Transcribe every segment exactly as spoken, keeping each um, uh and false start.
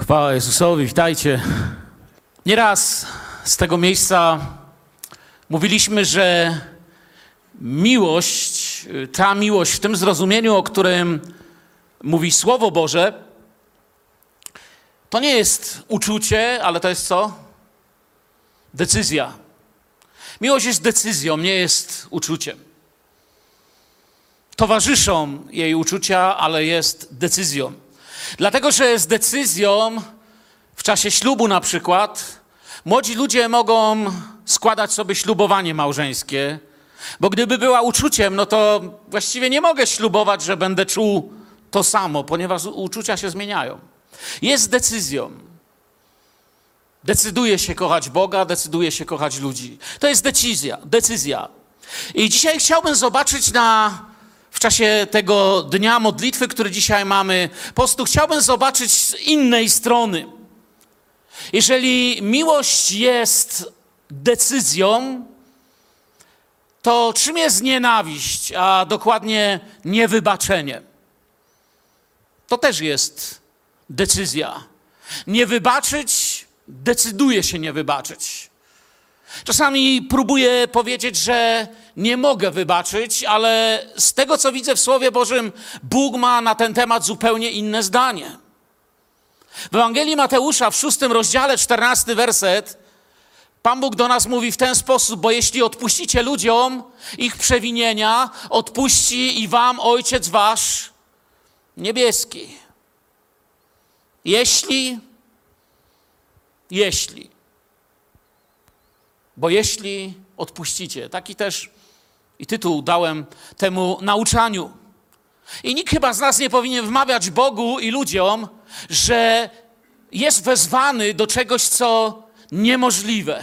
Chwała Jezusowi, witajcie. Nieraz z tego miejsca mówiliśmy, że miłość, ta miłość w tym zrozumieniu, o którym mówi Słowo Boże, to nie jest uczucie, ale to jest co? Decyzja. Miłość jest decyzją, nie jest uczuciem. Towarzyszą jej uczucia, ale jest decyzją. Dlatego, że z decyzją w czasie ślubu na przykład młodzi ludzie mogą składać sobie ślubowanie małżeńskie, bo gdyby była uczuciem, no to właściwie nie mogę ślubować, że będę czuł to samo, ponieważ uczucia się zmieniają. Jest decyzją. Decyduje się kochać Boga, decyduje się kochać ludzi. To jest decyzja, decyzja. I dzisiaj chciałbym zobaczyć na... W czasie tego dnia modlitwy, który dzisiaj mamy, po prostu chciałbym zobaczyć z innej strony. Jeżeli miłość jest decyzją, to czym jest nienawiść, a dokładnie niewybaczenie? To też jest decyzja. Nie wybaczyć, decyduje się nie wybaczyć. Czasami próbuję powiedzieć, że nie mogę wybaczyć, ale z tego, co widzę w Słowie Bożym, Bóg ma na ten temat zupełnie inne zdanie. W Ewangelii Mateusza w szóstym rozdziale, czternasty werset, Pan Bóg do nas mówi w ten sposób: bo jeśli odpuścicie ludziom ich przewinienia, odpuści i wam Ojciec wasz niebieski. Jeśli, jeśli. Bo jeśli odpuścicie, taki też i tytuł dałem temu nauczaniu. I nikt chyba z nas nie powinien wmawiać Bogu i ludziom, że jest wezwany do czegoś, co niemożliwe.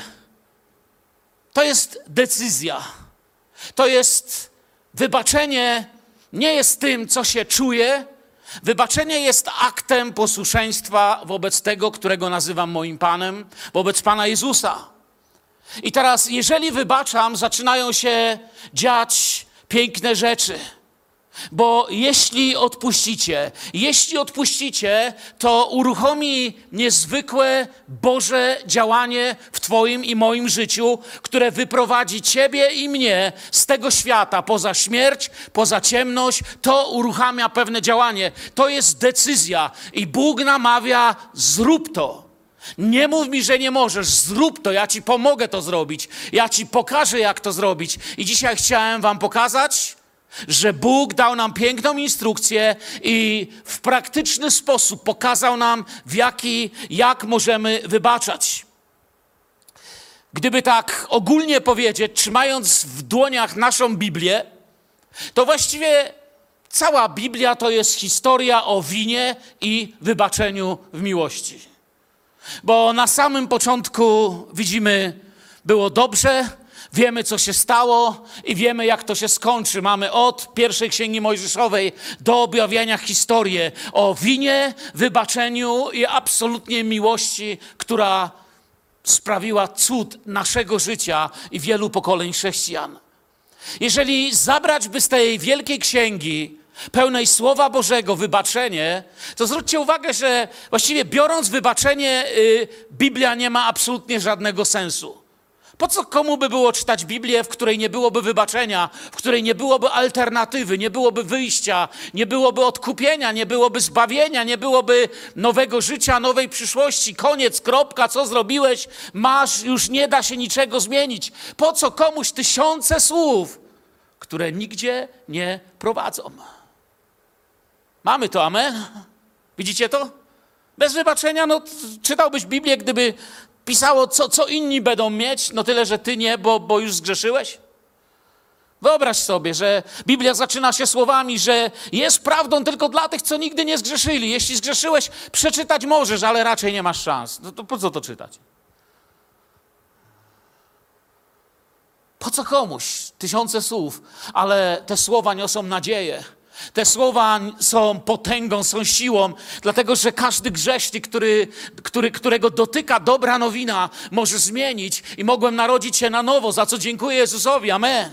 To jest decyzja. To jest wybaczenie, nie jest tym, co się czuje. Wybaczenie jest aktem posłuszeństwa wobec tego, którego nazywam moim Panem, wobec Pana Jezusa. I teraz, jeżeli wybaczam, zaczynają się dziać piękne rzeczy. Bo jeśli odpuścicie, jeśli odpuścicie, to uruchomi niezwykłe Boże działanie w Twoim i moim życiu, które wyprowadzi Ciebie i mnie z tego świata, poza śmierć, poza ciemność. To uruchamia pewne działanie. To jest decyzja i Bóg namawia: zrób to. Nie mów mi, że nie możesz, zrób to, ja ci pomogę to zrobić, ja ci pokażę, jak to zrobić. I dzisiaj chciałem wam pokazać, że Bóg dał nam piękną instrukcję i w praktyczny sposób pokazał nam, w jaki, jak możemy wybaczać. Gdyby tak ogólnie powiedzieć, trzymając w dłoniach naszą Biblię, to właściwie cała Biblia to jest historia o winie i wybaczeniu w miłości. Bo na samym początku widzimy, było dobrze, wiemy, co się stało i wiemy, jak to się skończy. Mamy od pierwszej Księgi Mojżeszowej do objawienia historię o winie, wybaczeniu i absolutnie miłości, która sprawiła cud naszego życia i wielu pokoleń chrześcijan. Jeżeli zabrać by z tej wielkiej księgi pełnej Słowa Bożego wybaczenie, to zwróćcie uwagę, że właściwie biorąc wybaczenie, yy, Biblia nie ma absolutnie żadnego sensu. Po co komu by było czytać Biblię, w której nie byłoby wybaczenia, w której nie byłoby alternatywy, nie byłoby wyjścia, nie byłoby odkupienia, nie byłoby zbawienia, nie byłoby nowego życia, nowej przyszłości, koniec, kropka, co zrobiłeś, masz, już nie da się niczego zmienić. Po co komuś tysiące słów, które nigdzie nie prowadzą? Mamy to, amen? Widzicie to? Bez wybaczenia, no czytałbyś Biblię, gdyby pisało, co, co inni będą mieć, no tyle, że ty nie, bo, bo już zgrzeszyłeś. Wyobraź sobie, że Biblia zaczyna się słowami, że jest prawdą tylko dla tych, co nigdy nie zgrzeszyli. Jeśli zgrzeszyłeś, przeczytać możesz, ale raczej nie masz szans. No to po co to czytać? Po co komuś tysiące słów, ale te słowa niosą nadzieję. Te słowa są potęgą, są siłą, dlatego że każdy grzesznik, który, który, którego dotyka dobra nowina, może zmienić i mogłem narodzić się na nowo, za co dziękuję Jezusowi. Amen.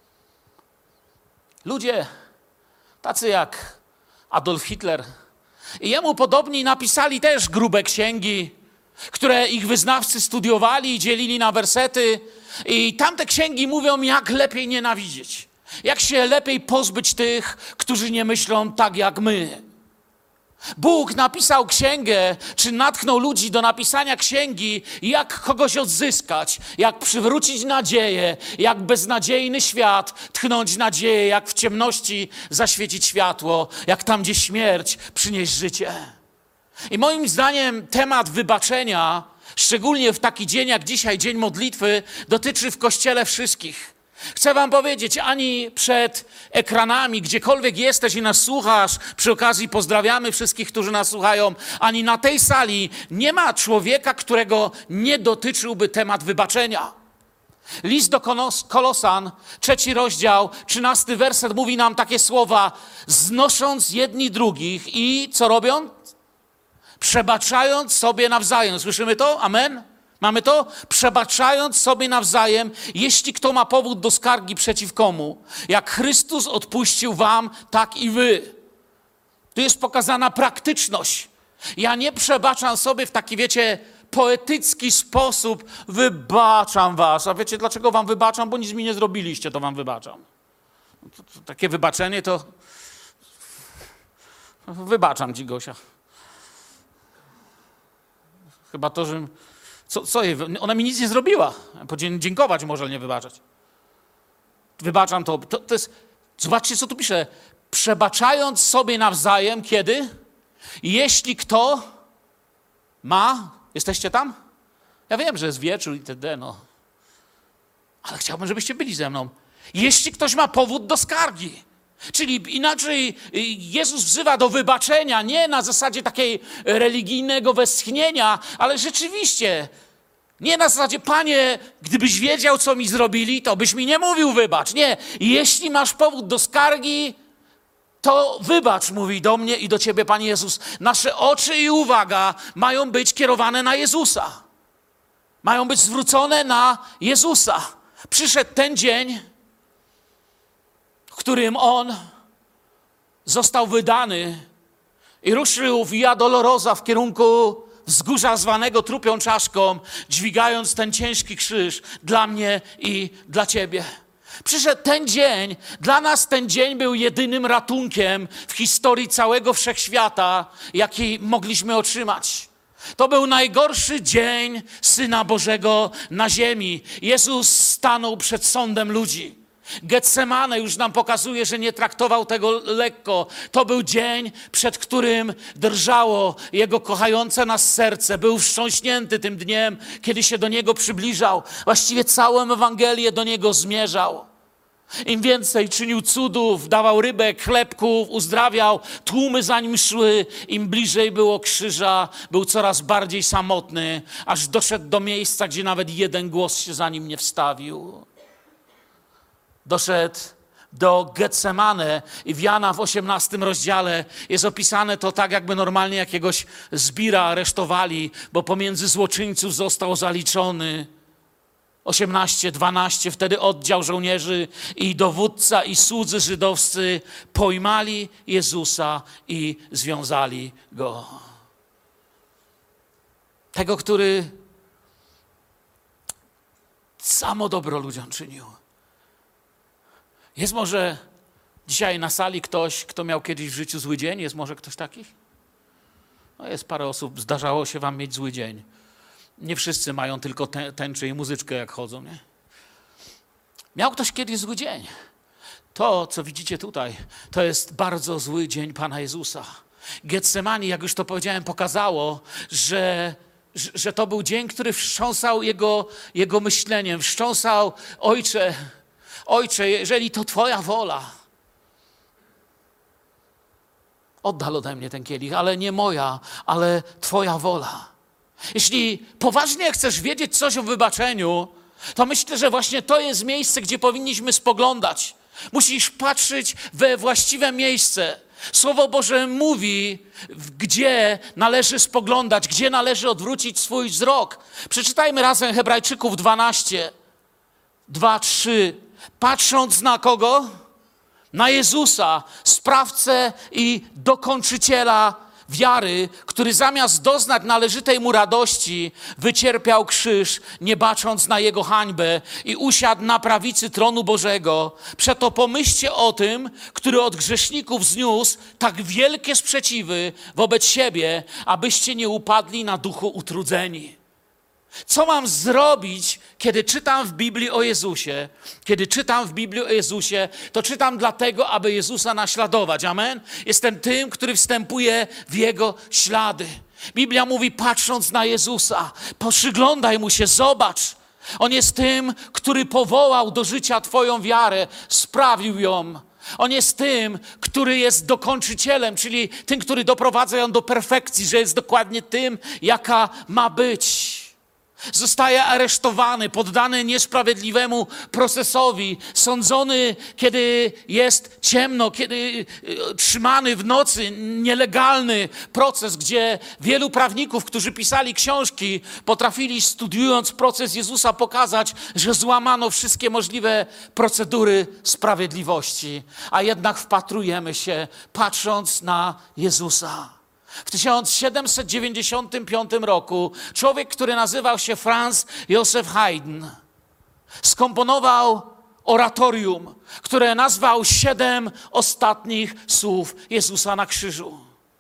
Ludzie tacy jak Adolf Hitler, I jemu podobni napisali też grube księgi, które ich wyznawcy studiowali i dzielili na wersety. I tamte księgi mówią, jak lepiej nienawidzieć. Jak się lepiej pozbyć tych, którzy nie myślą tak jak my. Bóg napisał księgę, czy natchnął ludzi do napisania księgi, jak kogoś odzyskać, jak przywrócić nadzieję, jak beznadziejny świat tchnąć nadzieję, jak w ciemności zaświecić światło, jak tam, gdzie śmierć, przynieść życie. I moim zdaniem temat wybaczenia, szczególnie w taki dzień jak dzisiaj, dzień modlitwy, dotyczy w Kościele wszystkich. Chcę wam powiedzieć, ani przed ekranami, gdziekolwiek jesteś i nas słuchasz, przy okazji pozdrawiamy wszystkich, którzy nas słuchają, ani na tej sali nie ma człowieka, którego nie dotyczyłby temat wybaczenia. List do Kolosan, trzeci rozdział, trzynasty werset mówi nam takie słowa: znosząc jedni drugich i co robią? Przebaczając sobie nawzajem. Słyszymy to? Amen? Mamy to? Przebaczając sobie nawzajem, jeśli kto ma powód do skargi przeciw komu. Jak Chrystus odpuścił wam, tak i wy. Tu jest pokazana praktyczność. Ja nie przebaczam sobie w taki, wiecie, poetycki sposób. Wybaczam was. A wiecie, dlaczego wam wybaczam? Bo nic mi nie zrobiliście, to wam wybaczam. To, to, takie wybaczenie to... Wybaczam ci, Gosia. Chyba to, że... Co, co jej? Ona mi nic nie zrobiła. Podziękować może, ale nie wybaczać. Wybaczam to. to. To jest... Zobaczcie, co tu pisze. Przebaczając sobie nawzajem, kiedy? Jeśli kto ma... Jesteście tam? Ja wiem, że jest wieczór i itd., no. Ale chciałbym, żebyście byli ze mną. Jeśli ktoś ma powód do skargi. Czyli inaczej Jezus wzywa do wybaczenia, nie na zasadzie takiej religijnego westchnienia, ale rzeczywiście nie na zasadzie, Panie, gdybyś wiedział, co mi zrobili, to byś mi nie mówił wybacz. Nie, jeśli masz powód do skargi, to wybacz, mówi do mnie i do ciebie, Panie Jezus. Nasze oczy i uwaga mają być kierowane na Jezusa. Mają być zwrócone na Jezusa. Przyszedł ten dzień, w którym On został wydany i ruszył Via Dolorosa w kierunku wzgórza zwanego Trupią Czaszką, dźwigając ten ciężki krzyż dla mnie i dla ciebie. Przyszedł ten dzień, dla nas ten dzień był jedynym ratunkiem w historii całego wszechświata, jaki mogliśmy otrzymać. To był najgorszy dzień Syna Bożego na ziemi. Jezus stanął przed sądem ludzi. Getsemane już nam pokazuje, że nie traktował tego lekko. To był dzień, przed którym drżało Jego kochające nas serce. Był wstrząśnięty tym dniem, kiedy się do Niego przybliżał. Właściwie całą Ewangelię do Niego zmierzał. Im więcej czynił cudów, dawał rybek, chlebków, uzdrawiał, tłumy za Nim szły. Im bliżej było krzyża, był coraz bardziej samotny, aż doszedł do miejsca, gdzie nawet jeden głos się za Nim nie wstawił. Doszedł do Getsemane i w Jana w osiemnastym rozdziale jest opisane to tak, jakby normalnie jakiegoś zbira aresztowali, bo pomiędzy złoczyńców został zaliczony. osiemnaście, dwanaście, wtedy oddział żołnierzy i dowódca i słudzy żydowscy pojmali Jezusa i związali Go. Tego, który samo dobro ludziom czynił. Jest może dzisiaj na sali ktoś, kto miał kiedyś w życiu zły dzień? Jest może ktoś taki? No jest parę osób, zdarzało się wam mieć zły dzień. Nie wszyscy mają tylko tę, tęczę i muzyczkę, jak chodzą, nie? Miał ktoś kiedyś zły dzień. To, co widzicie tutaj, to jest bardzo zły dzień Pana Jezusa. Getsemani, jak już to powiedziałem, pokazało, że, że, że to był dzień, który wstrząsał jego, jego myśleniem. Wstrząsał, Ojcze, Ojcze, jeżeli to Twoja wola, oddal ode mnie ten kielich, ale nie moja, ale Twoja wola. Jeśli poważnie chcesz wiedzieć coś o wybaczeniu, to myślę, że właśnie to jest miejsce, gdzie powinniśmy spoglądać. Musisz patrzeć we właściwe miejsce. Słowo Boże mówi, gdzie należy spoglądać, gdzie należy odwrócić swój wzrok. Przeczytajmy razem Hebrajczyków dwanaście, dwa, trzy. Patrząc na kogo? Na Jezusa, sprawcę i dokończyciela wiary, który zamiast doznać należytej mu radości, wycierpiał krzyż, nie bacząc na jego hańbę i usiadł na prawicy tronu Bożego. Przeto pomyślcie o tym, który od grzeszników zniósł tak wielkie sprzeciwy wobec siebie, abyście nie upadli na duchu utrudzeni. Co mam zrobić, kiedy czytam w Biblii o Jezusie? Kiedy czytam w Biblii o Jezusie, to czytam dlatego, aby Jezusa naśladować. Amen? Jestem tym, który wstępuje w Jego ślady. Biblia mówi, patrząc na Jezusa, przyglądaj Mu się, zobacz. On jest tym, który powołał do życia Twoją wiarę, sprawił ją. On jest tym, który jest dokończycielem, czyli tym, który doprowadza ją do perfekcji, że jest dokładnie tym, jaka ma być. Zostaje aresztowany, poddany niesprawiedliwemu procesowi, sądzony, kiedy jest ciemno, kiedy trzymany w nocy, nielegalny proces, gdzie wielu prawników, którzy pisali książki, potrafili, studiując proces Jezusa, pokazać, że złamano wszystkie możliwe procedury sprawiedliwości, a jednak wpatrujemy się, patrząc na Jezusa. W tysiąc siedemset dziewięćdziesiątym piątym roku człowiek, który nazywał się Franz Joseph Haydn, skomponował oratorium, które nazwał Siedem ostatnich słów Jezusa na krzyżu.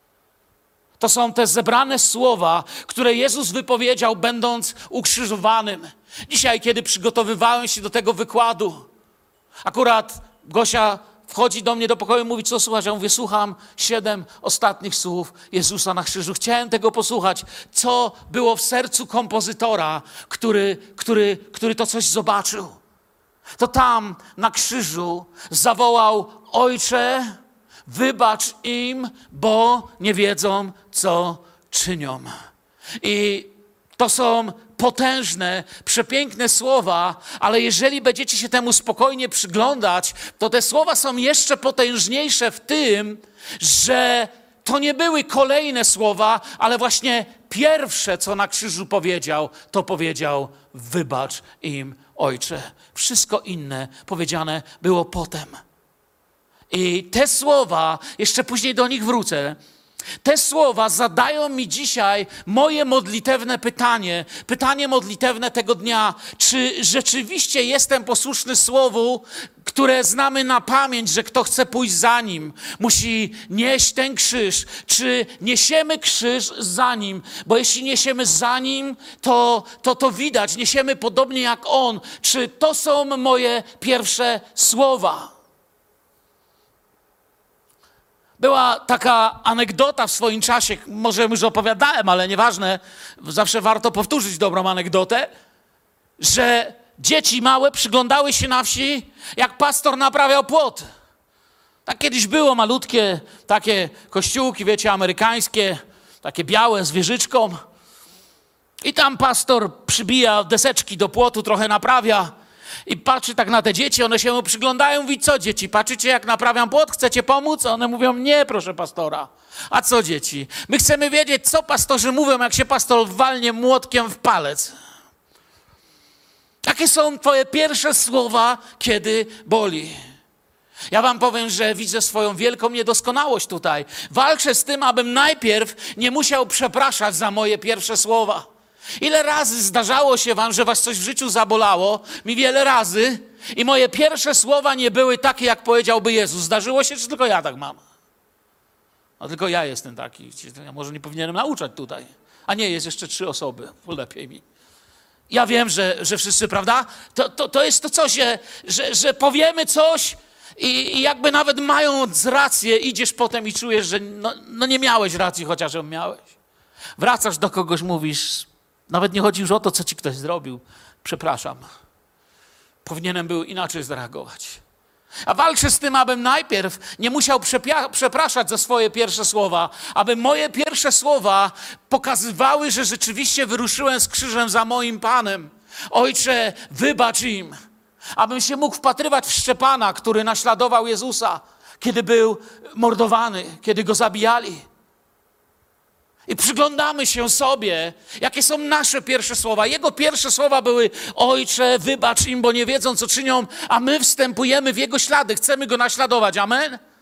To są te zebrane słowa, które Jezus wypowiedział, będąc ukrzyżowanym. Dzisiaj, kiedy przygotowywałem się do tego wykładu, akurat Gosia wchodzi do mnie do pokoju i mówi, co słuchasz? Ja mówię, słucham siedem ostatnich słów Jezusa na krzyżu. Chciałem tego posłuchać, co było w sercu kompozytora, który, który, który to coś zobaczył. To tam na krzyżu zawołał, Ojcze, wybacz im, bo nie wiedzą, co czynią. I to są potężne, przepiękne słowa, ale jeżeli będziecie się temu spokojnie przyglądać, to te słowa są jeszcze potężniejsze w tym, że to nie były kolejne słowa, ale właśnie pierwsze, co na krzyżu powiedział, to powiedział, wybacz im, Ojcze. Wszystko inne powiedziane było potem. I te słowa, jeszcze później do nich wrócę, te słowa zadają mi dzisiaj moje modlitewne pytanie, pytanie modlitewne tego dnia. Czy rzeczywiście jestem posłuszny słowu, które znamy na pamięć, że kto chce pójść za Nim, musi nieść ten krzyż? Czy niesiemy krzyż za Nim? Bo jeśli niesiemy za Nim, to, to to widać, niesiemy podobnie jak On. Czy to są moje pierwsze słowa? Była taka anegdota w swoim czasie, może już opowiadałem, ale nieważne, zawsze warto powtórzyć dobrą anegdotę, że dzieci małe przyglądały się na wsi, jak pastor naprawiał płot. Tak kiedyś było, malutkie takie kościółki, wiecie, amerykańskie, takie białe z wieżyczką. I tam pastor przybija deseczki do płotu, trochę naprawia. I patrzy tak na te dzieci, one się mu przyglądają, mówi, co dzieci, patrzycie jak naprawiam płot, chcecie pomóc? A one mówią, nie proszę pastora. A co dzieci? My chcemy wiedzieć, co pastorzy mówią, jak się pastor walnie młotkiem w palec. Jakie są twoje pierwsze słowa, kiedy boli? Ja wam powiem, że widzę swoją wielką niedoskonałość tutaj. Walczę z tym, abym najpierw nie musiał przepraszać za moje pierwsze słowa. Ile razy zdarzało się wam, że was coś w życiu zabolało? Mi wiele razy. I moje pierwsze słowa nie były takie, jak powiedziałby Jezus. Zdarzyło się, czy tylko ja tak mam? No tylko ja jestem taki. Ja może nie powinienem nauczać tutaj. A nie, jest jeszcze trzy osoby. Lepiej mi. Ja wiem, że, że wszyscy, prawda? To, to, to jest to coś, że, że, że powiemy coś i, i jakby nawet mając rację, idziesz potem i czujesz, że no, no nie miałeś racji, chociaż ją miałeś. Wracasz do kogoś, mówisz, nawet nie chodzi już o to, co ci ktoś zrobił. Przepraszam. Powinienem był inaczej zareagować. A walczę z tym, abym najpierw nie musiał przepia- przepraszać za swoje pierwsze słowa, aby moje pierwsze słowa pokazywały, że rzeczywiście wyruszyłem z krzyżem za moim Panem. Ojcze, wybacz im. Abym się mógł wpatrywać w Szczepana, który naśladował Jezusa, kiedy był mordowany, kiedy go zabijali. I przyglądamy się sobie, jakie są nasze pierwsze słowa. Jego pierwsze słowa były, Ojcze, wybacz im, bo nie wiedzą, co czynią, a my wstępujemy w Jego ślady, chcemy Go naśladować. Amen?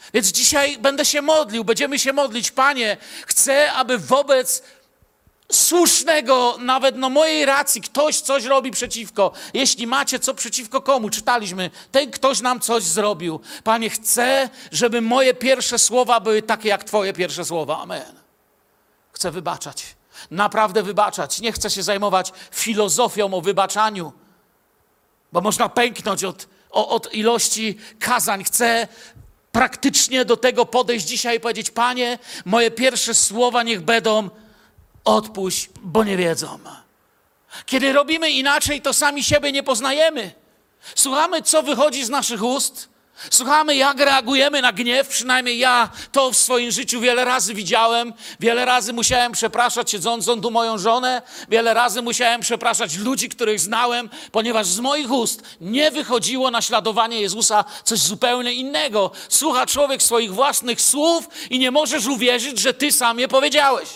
Więc dzisiaj będę się modlił, będziemy się modlić. Panie, chcę, aby wobec słusznego, nawet no mojej racji, ktoś coś robi przeciwko. Jeśli macie co przeciwko komu, czytaliśmy, ten ktoś nam coś zrobił. Panie, chcę, żeby moje pierwsze słowa były takie jak Twoje pierwsze słowa. Amen. Chcę wybaczać. Naprawdę wybaczać. Nie chcę się zajmować filozofią o wybaczaniu, bo można pęknąć od, od ilości kazań. Chcę praktycznie do tego podejść dzisiaj i powiedzieć: Panie, moje pierwsze słowa niech będą: odpuść, bo nie wiedzą. Kiedy robimy inaczej, to sami siebie nie poznajemy. Słuchamy, co wychodzi z naszych ust. Słuchamy, jak reagujemy na gniew. Przynajmniej ja to w swoim życiu wiele razy widziałem. Wiele razy musiałem przepraszać siedzącą tu moją żonę. Wiele razy musiałem przepraszać ludzi, których znałem, ponieważ z moich ust nie wychodziło naśladowanie Jezusa coś zupełnie innego. Słucha człowiek swoich własnych słów i nie możesz uwierzyć, że ty sam je powiedziałeś.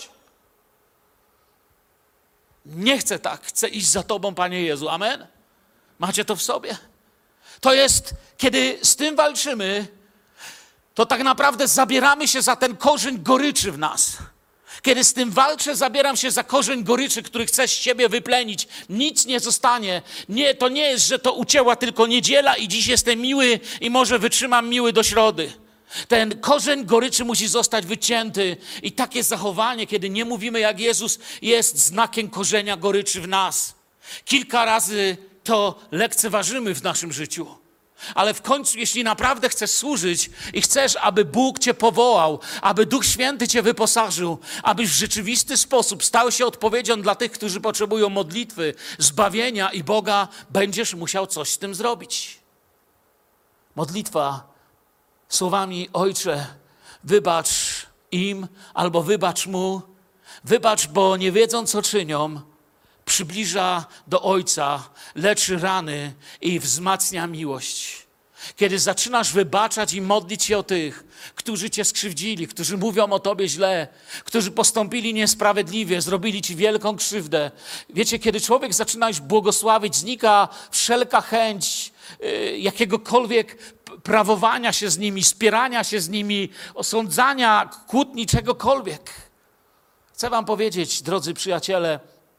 Nie chcę tak, chcę iść za Tobą, Panie Jezu. Amen? Macie to w sobie? To jest, kiedy z tym walczymy, to tak naprawdę zabieramy się za ten korzeń goryczy w nas. Kiedy z tym walczę, zabieram się za korzeń goryczy, który chcę z siebie wyplenić. Nic nie zostanie. Nie, to nie jest, że to ucięła tylko niedziela i dziś jestem miły i może wytrzymam miły do środy. Ten korzeń goryczy musi zostać wycięty i takie zachowanie, kiedy nie mówimy jak Jezus, jest znakiem korzenia goryczy w nas. Kilka razy to lekceważymy w naszym życiu. Ale w końcu, jeśli naprawdę chcesz służyć i chcesz, aby Bóg Cię powołał, aby Duch Święty Cię wyposażył, abyś w rzeczywisty sposób stał się odpowiedzią dla tych, którzy potrzebują modlitwy, zbawienia i Boga, będziesz musiał coś z tym zrobić. Modlitwa słowami: Ojcze, wybacz im albo wybacz mu, wybacz, bo nie wiedzą, co czynią, przybliża do Ojca, leczy rany i wzmacnia miłość. Kiedy zaczynasz wybaczać i modlić się o tych, którzy Cię skrzywdzili, którzy mówią o Tobie źle, którzy postąpili niesprawiedliwie, zrobili Ci wielką krzywdę. Wiecie, kiedy człowiek zaczyna już błogosławić, znika wszelka chęć yy, jakiegokolwiek prawowania się z nimi, spierania się z nimi, osądzania, kłótni, czegokolwiek. Chcę wam powiedzieć, drodzy przyjaciele,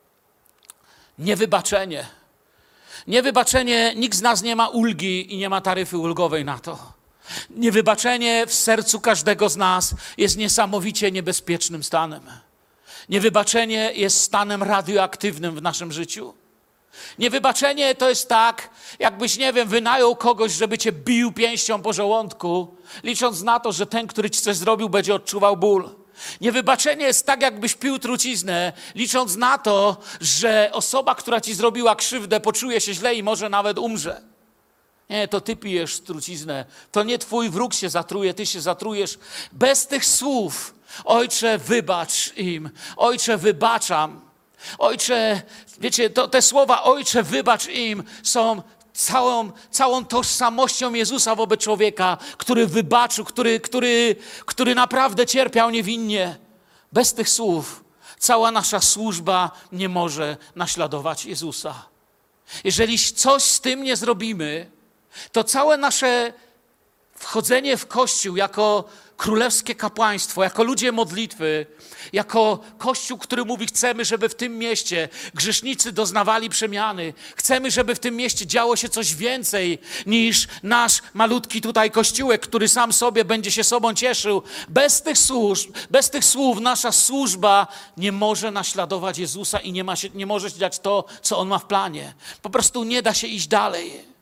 niewybaczenie. Niewybaczenie, nikt z nas nie ma ulgi i nie ma taryfy ulgowej na to. Niewybaczenie w sercu każdego z nas jest niesamowicie niebezpiecznym stanem. Niewybaczenie jest stanem radioaktywnym w naszym życiu. Niewybaczenie to jest tak, jakbyś, nie wiem, wynajął kogoś, żeby cię bił pięścią po żołądku, licząc na to, że ten, który ci coś zrobił, będzie odczuwał ból. Niewybaczenie jest tak, jakbyś pił truciznę, licząc na to, że osoba, która ci zrobiła krzywdę, poczuje się źle i może nawet umrze. Nie, to ty pijesz truciznę. To nie twój wróg się zatruje, ty się zatrujesz. Bez tych słów: Ojcze, wybacz im. Ojcze, wybaczam. Ojcze, wiecie, to, te słowa Ojcze, wybacz im są całą, całą tożsamością Jezusa wobec człowieka, który wybaczył, który, który, który naprawdę cierpiał niewinnie. Bez tych słów cała nasza służba nie może naśladować Jezusa. Jeżeli coś z tym nie zrobimy, to całe nasze wchodzenie w Kościół jako królewskie kapłaństwo, jako ludzie modlitwy, jako Kościół, który mówi: chcemy, żeby w tym mieście grzesznicy doznawali przemiany. Chcemy, żeby w tym mieście działo się coś więcej niż nasz malutki tutaj kościółek, który sam sobie będzie się sobą cieszył. Bez tych słów, bez tych słów nasza służba nie może naśladować Jezusa i nie, ma się, nie może się dziać to, co On ma w planie. Po prostu nie da się iść dalej.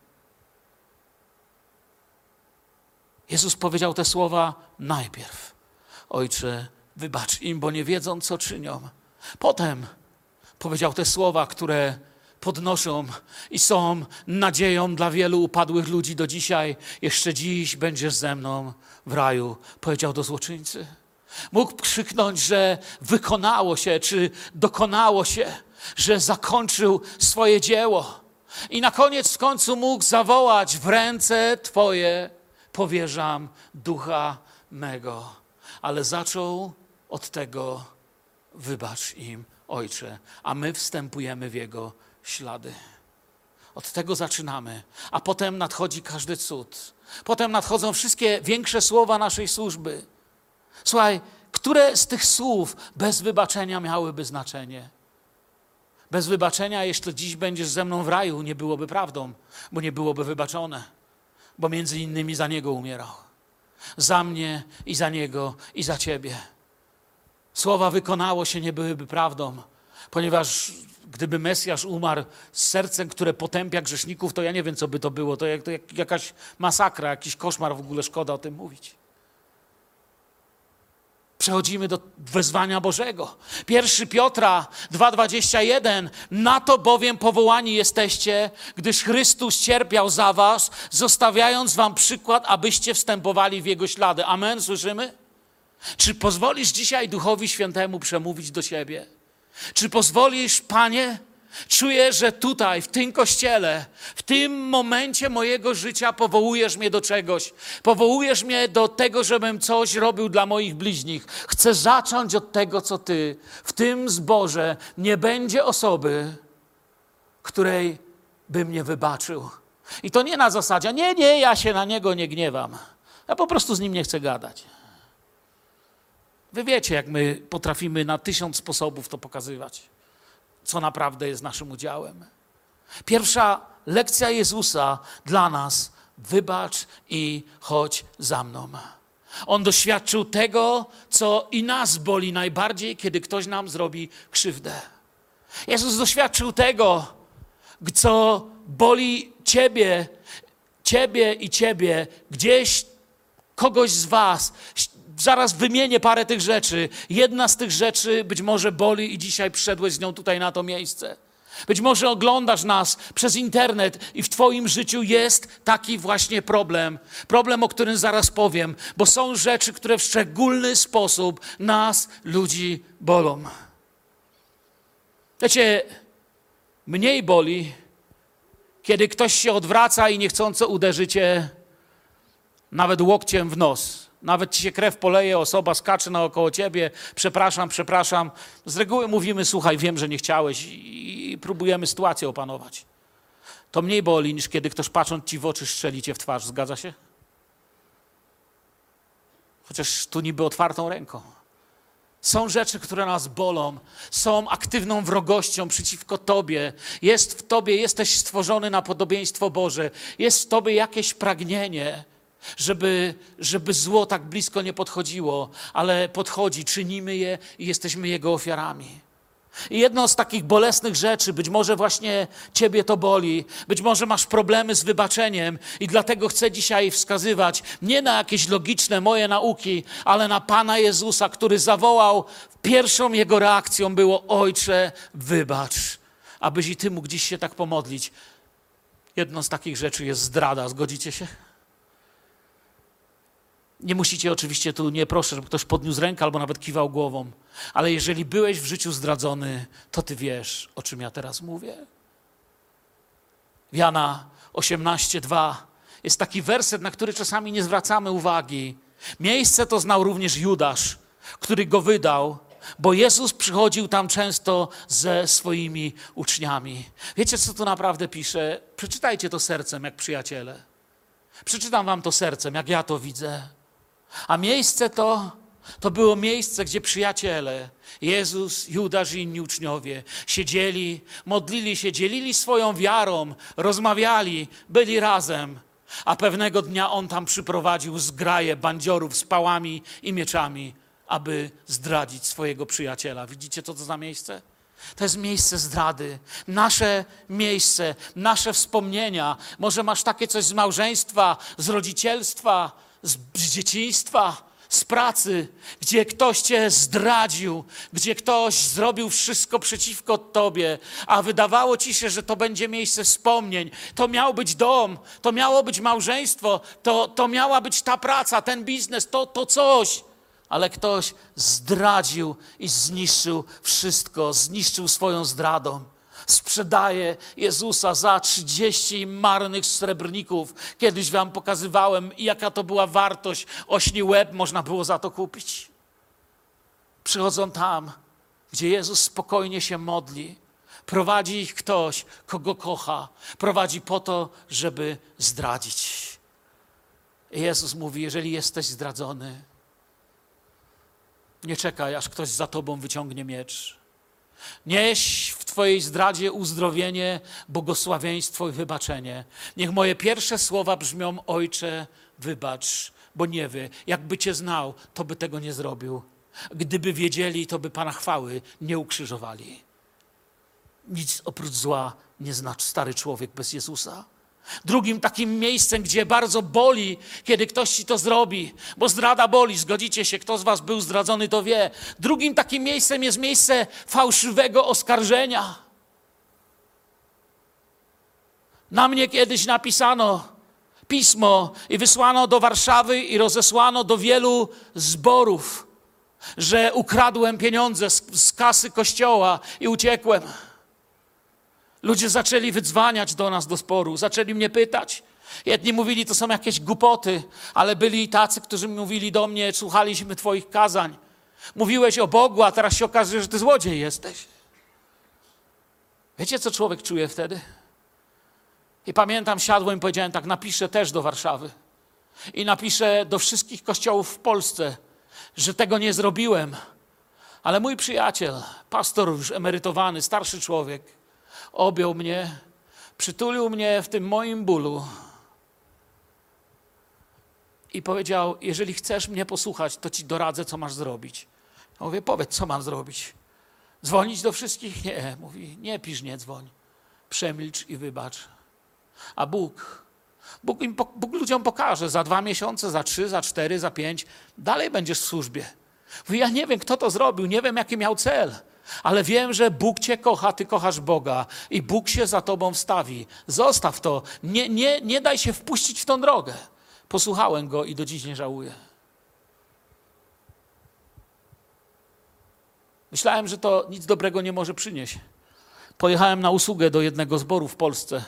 Jezus powiedział te słowa najpierw: Ojcze, wybacz im, bo nie wiedzą, co czynią. Potem powiedział te słowa, które podnoszą i są nadzieją dla wielu upadłych ludzi do dzisiaj. Jeszcze dziś będziesz ze mną w raju, powiedział do złoczyńcy. Mógł krzyknąć, że wykonało się, czy dokonało się, że zakończył swoje dzieło. I na koniec w końcu mógł zawołać: w ręce Twoje powierzam ducha mego. Ale zaczął od tego: wybacz im, Ojcze, a my wstępujemy w Jego ślady. Od tego zaczynamy, a potem nadchodzi każdy cud. Potem nadchodzą wszystkie większe słowa naszej służby. Słuchaj, które z tych słów bez wybaczenia miałyby znaczenie? Bez wybaczenia, jeśli dziś będziesz ze mną w raju, nie byłoby prawdą, bo nie byłoby wybaczone, bo między innymi za Niego umierał. Za mnie i za Niego i za ciebie. Słowa wykonało się nie byłyby prawdą, ponieważ gdyby Mesjasz umarł z sercem, które potępia grzeszników, to ja nie wiem, co by to było. To, jak, to jak, jakaś masakra, jakiś koszmar, w ogóle szkoda o tym mówić. Przechodzimy do wezwania Bożego. Pierwszy Piotra dwa dwadzieścia jeden. Na to bowiem powołani jesteście, gdyż Chrystus cierpiał za was, zostawiając wam przykład, abyście wstępowali w Jego ślady. Amen, słyszymy? Czy pozwolisz dzisiaj Duchowi Świętemu przemówić do siebie? Czy pozwolisz, Panie? Czuję, że tutaj, w tym kościele, w tym momencie mojego życia powołujesz mnie do czegoś. Powołujesz mnie do tego, żebym coś robił dla moich bliźnich. Chcę zacząć od tego, co Ty. W tym zborze nie będzie osoby, której bym nie wybaczył. I to nie na zasadzie, nie, nie, ja się na niego nie gniewam. Ja po prostu z nim nie chcę gadać. Wy wiecie, jak my potrafimy na tysiąc sposobów to pokazywać, co naprawdę jest naszym udziałem. Pierwsza lekcja Jezusa dla nas: wybacz i chodź za mną. On doświadczył tego, co i nas boli najbardziej, kiedy ktoś nam zrobi krzywdę. Jezus doświadczył tego, co boli ciebie, ciebie i ciebie, gdzieś kogoś z was. Zaraz wymienię parę tych rzeczy. Jedna z tych rzeczy być może boli i dzisiaj przyszedłeś z nią tutaj na to miejsce. Być może oglądasz nas przez internet i w twoim życiu jest taki właśnie problem. Problem, o którym zaraz powiem, bo są rzeczy, które w szczególny sposób nas, ludzi, bolą. Wiecie, mniej boli, kiedy ktoś się odwraca i niechcąco uderzy cię nawet łokciem w nos. Nawet ci się krew poleje, osoba skacze naokoło ciebie, przepraszam, przepraszam. Z reguły mówimy, słuchaj, wiem, że nie chciałeś i próbujemy sytuację opanować. To mniej boli, niż kiedy ktoś patrząc ci w oczy strzeli cię w twarz. Zgadza się? Chociaż tu niby otwartą ręką. Są rzeczy, które nas bolą, są aktywną wrogością przeciwko tobie. Jest w tobie, jesteś stworzony na podobieństwo Boże. Jest w tobie jakieś pragnienie, Żeby, żeby zło tak blisko nie podchodziło, ale podchodzi, czynimy je i jesteśmy jego ofiarami. I jedną z takich bolesnych rzeczy, być może właśnie ciebie to boli, być może masz problemy z wybaczeniem i dlatego chcę dzisiaj wskazywać nie na jakieś logiczne moje nauki, ale na Pana Jezusa, który zawołał, pierwszą jego reakcją było: Ojcze, wybacz, abyś i ty mógł dziś się tak pomodlić. Jedną z takich rzeczy jest zdrada, zgodzicie się? Nie musicie oczywiście, tu nie proszę, żeby ktoś podniósł rękę albo nawet kiwał głową, ale jeżeli byłeś w życiu zdradzony, to ty wiesz, o czym ja teraz mówię. W Jana osiemnaście dwa jest taki werset, na który czasami nie zwracamy uwagi. Miejsce to znał również Judasz, który go wydał, bo Jezus przychodził tam często ze swoimi uczniami. Wiecie, co tu naprawdę pisze? Przeczytajcie to sercem, jak przyjaciele. Przeczytam wam to sercem, jak ja to widzę. A miejsce to, to było miejsce, gdzie przyjaciele, Jezus, Judasz i inni uczniowie siedzieli, modlili się, dzielili swoją wiarą, rozmawiali, byli razem. A pewnego dnia on tam przyprowadził zgraję bandziorów z pałami i mieczami, aby zdradzić swojego przyjaciela. Widzicie, co to za miejsce? To jest miejsce zdrady, nasze miejsce, nasze wspomnienia. Może masz takie coś z małżeństwa, z rodzicielstwa, z, z dzieciństwa, z pracy, gdzie ktoś cię zdradził, gdzie ktoś zrobił wszystko przeciwko tobie, a wydawało ci się, że to będzie miejsce wspomnień. To miał być dom, to miało być małżeństwo, to, to miała być ta praca, ten biznes, to, to coś. Ale ktoś zdradził i zniszczył wszystko, zniszczył swoją zdradą. Sprzedaje Jezusa za trzydzieści marnych srebrników. Kiedyś wam pokazywałem, jaka to była wartość. Ośni łeb można było za to kupić. Przychodzą tam, gdzie Jezus spokojnie się modli. Prowadzi ich ktoś, kogo kocha. Prowadzi po to, żeby zdradzić. I Jezus mówi, jeżeli jesteś zdradzony, nie czekaj, aż ktoś za tobą wyciągnie miecz. Nieś w twojej zdradzie uzdrowienie, błogosławieństwo i wybaczenie. Niech moje pierwsze słowa brzmią: Ojcze, wybacz, bo nie wie. Jakby cię znał, to by tego nie zrobił. Gdyby wiedzieli, to by Pana chwały nie ukrzyżowali. Nic oprócz zła nie znaczy stary człowiek bez Jezusa. Drugim takim miejscem, gdzie bardzo boli, kiedy ktoś ci to zrobi, bo zdrada boli, zgodzicie się, kto z was był zdradzony, to wie. Drugim takim miejscem jest miejsce fałszywego oskarżenia. Na mnie kiedyś napisano pismo i wysłano do Warszawy i rozesłano do wielu zborów, że ukradłem pieniądze z, z kasy kościoła i uciekłem. Ludzie zaczęli wydzwaniać do nas do sporu, zaczęli mnie pytać. Jedni mówili, to są jakieś głupoty, ale byli i tacy, którzy mówili do mnie: słuchaliśmy twoich kazań. Mówiłeś o Bogu, a teraz się okazuje, że ty złodziej jesteś. Wiecie, co człowiek czuje wtedy? I pamiętam, siadłem i powiedziałem tak: napiszę też do Warszawy. I napiszę do wszystkich kościołów w Polsce, że tego nie zrobiłem. Ale mój przyjaciel, pastor już emerytowany, starszy człowiek, objął mnie, przytulił mnie w tym moim bólu i powiedział: jeżeli chcesz mnie posłuchać, to ci doradzę, co masz zrobić. Ja mówię: powiedz, co mam zrobić? Dzwonić do wszystkich? Nie. Mówi: nie pisz, nie dzwoń. Przemilcz i wybacz. A Bóg, Bóg, im, Bóg ludziom pokaże za dwa miesiące, za trzy, za cztery, za pięć. Dalej będziesz w służbie. Mówi: ja nie wiem, kto to zrobił, nie wiem, jaki miał cel. Ale wiem, że Bóg cię kocha, ty kochasz Boga i Bóg się za tobą wstawi. Zostaw to. Nie, nie, nie daj się wpuścić w tą drogę. Posłuchałem go i do dziś nie żałuję. Myślałem, że to nic dobrego nie może przynieść. Pojechałem na usługę do jednego zboru w Polsce.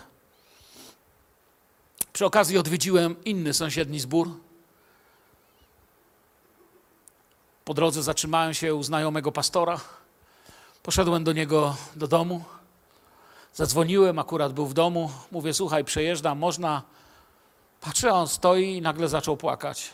Przy okazji odwiedziłem inny sąsiedni zbór. Po drodze zatrzymałem się u znajomego pastora. Poszedłem do niego do domu. Zadzwoniłem, akurat był w domu. Mówię: słuchaj, przejeżdżam, można? Patrzę, on stoi i nagle zaczął płakać.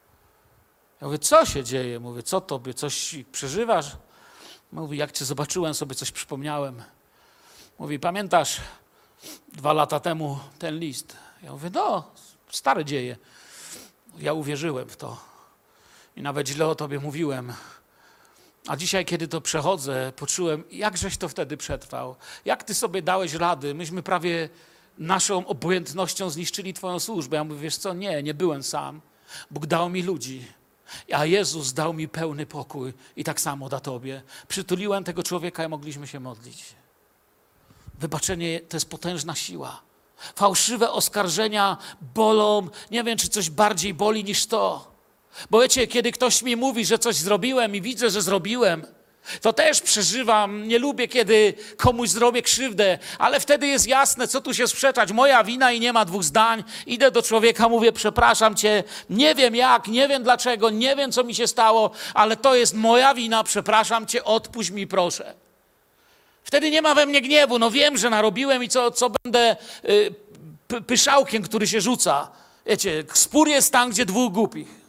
Ja mówię: co się dzieje? Mówię: co tobie, coś przeżywasz? Mówi: jak cię zobaczyłem, sobie coś przypomniałem. Mówi: pamiętasz dwa lata temu ten list? Ja mówię: no, stare dzieje. Ja uwierzyłem w to i nawet źle o tobie mówiłem. A dzisiaj, kiedy to przechodzę, poczułem, jakżeś to wtedy przetrwał. Jak ty sobie dałeś rady? Myśmy prawie naszą obojętnością zniszczyli twoją służbę. Ja mówię: wiesz co, nie, nie byłem sam. Bóg dał mi ludzi, a Jezus dał mi pełny pokój i tak samo da tobie. Przytuliłem tego człowieka i mogliśmy się modlić. Wybaczenie to jest potężna siła. Fałszywe oskarżenia bolą. Nie wiem, czy coś bardziej boli niż to. Bo wiecie, kiedy ktoś mi mówi, że coś zrobiłem i widzę, że zrobiłem, to też przeżywam. Nie lubię, kiedy komuś zrobię krzywdę, ale wtedy jest jasne, co tu się sprzeczać. Moja wina i nie ma dwóch zdań. Idę do człowieka, mówię: przepraszam cię, nie wiem jak, nie wiem dlaczego, nie wiem, co mi się stało, ale to jest moja wina, przepraszam cię, odpuść mi, proszę. Wtedy nie ma we mnie gniewu. No wiem, że narobiłem i co, co będę y, p- pyszałkiem, który się rzuca. Wiecie, spór jest tam, gdzie dwóch głupich.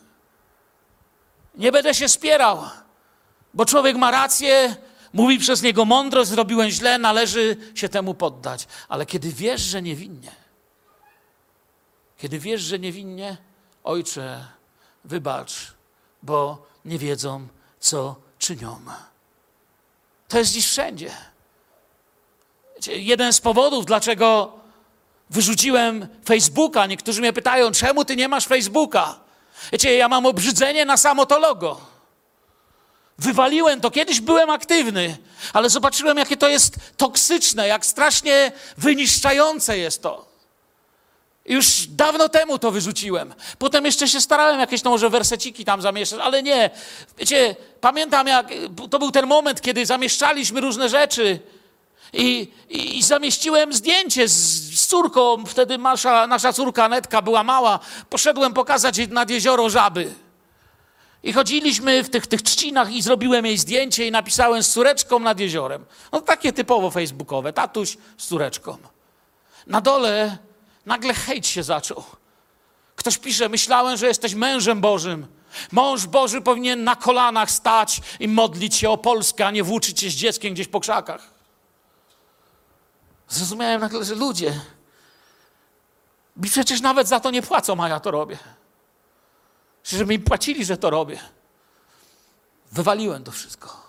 Nie będę się spierał, bo człowiek ma rację, mówi przez niego mądrość: zrobiłem źle, należy się temu poddać. Ale kiedy wiesz, że niewinnie, kiedy wiesz, że niewinnie, Ojcze, wybacz, bo nie wiedzą, co czynią. To jest dziś wszędzie. Wiecie, jeden z powodów, dlaczego wyrzuciłem Facebooka, niektórzy mnie pytają: czemu ty nie masz Facebooka? Wiecie, ja mam obrzydzenie na samo to logo. Wywaliłem to. Kiedyś byłem aktywny, ale zobaczyłem, jakie to jest toksyczne, jak strasznie wyniszczające jest to. Już dawno temu to wyrzuciłem. Potem jeszcze się starałem jakieś, no może werseciki tam zamieszczać, ale nie. Wiecie, pamiętam, jak to był ten moment, kiedy zamieszczaliśmy różne rzeczy i, i, i zamieściłem zdjęcie z, z córką. Wtedy nasza, nasza córka Netka była mała. Poszedłem pokazać jej nad jezioro Żaby. I chodziliśmy w tych, tych trzcinach i zrobiłem jej zdjęcie i napisałem z córeczką nad jeziorem. No takie typowo facebookowe, tatuś z córeczką. Na dole nagle hejt się zaczął. Ktoś pisze, myślałem, że jesteś mężem Bożym. Mąż Boży powinien na kolanach stać i modlić się o Polskę, a nie włóczyć się z dzieckiem gdzieś po krzakach. Zrozumiałem nagle, że ludzie mi przecież nawet za to nie płacą, a ja to robię. Żeby mi płacili, że to robię. Wywaliłem to wszystko.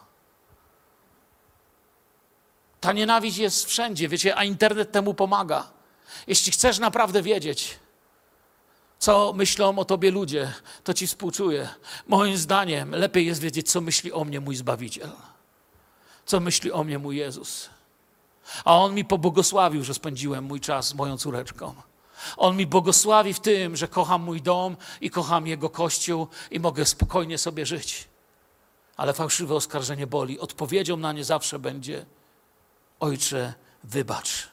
Ta nienawiść jest wszędzie, wiecie, a internet temu pomaga. Jeśli chcesz naprawdę wiedzieć, co myślą o tobie ludzie, to ci współczuję. Moim zdaniem lepiej jest wiedzieć, co myśli o mnie mój Zbawiciel. Co myśli o mnie mój Jezus. A On mi pobłogosławił, że spędziłem mój czas z moją córeczką. On mi błogosławi w tym, że kocham mój dom i kocham Jego Kościół i mogę spokojnie sobie żyć. Ale fałszywe oskarżenie boli. Odpowiedzią na nie zawsze będzie: Ojcze, wybacz.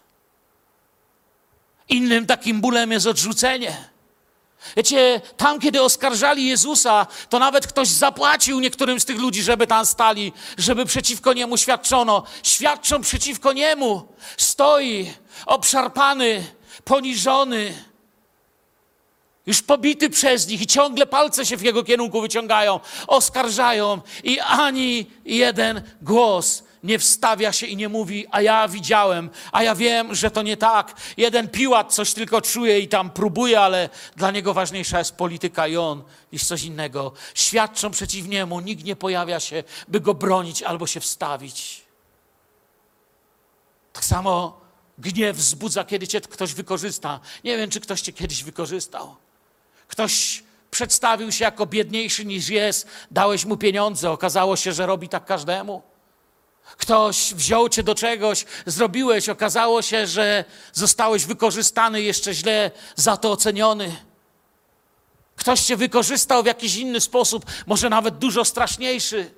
Innym takim bólem jest odrzucenie. Wiecie, tam kiedy oskarżali Jezusa, to nawet ktoś zapłacił niektórym z tych ludzi, żeby tam stali, żeby przeciwko Niemu świadczono. Świadczą przeciwko Niemu. Stoi obszarpany, poniżony, już pobity przez nich i ciągle palce się w Jego kierunku wyciągają, oskarżają i ani jeden głos nie wstawia się i nie mówi: a ja widziałem, a ja wiem, że to nie tak. Jeden Piłat coś tylko czuje i tam próbuje, ale dla niego ważniejsza jest polityka i on niż coś innego. Świadczą przeciw Niemu, nikt nie pojawia się, by Go bronić albo się wstawić. Tak samo gniew wzbudza, kiedy cię ktoś wykorzysta. Nie wiem, czy ktoś cię kiedyś wykorzystał. Ktoś przedstawił się jako biedniejszy niż jest, dałeś mu pieniądze, okazało się, że robi tak każdemu. Ktoś wziął cię do czegoś, zrobiłeś, okazało się, że zostałeś wykorzystany, jeszcze źle za to oceniony. Ktoś cię wykorzystał w jakiś inny sposób, może nawet dużo straszniejszy.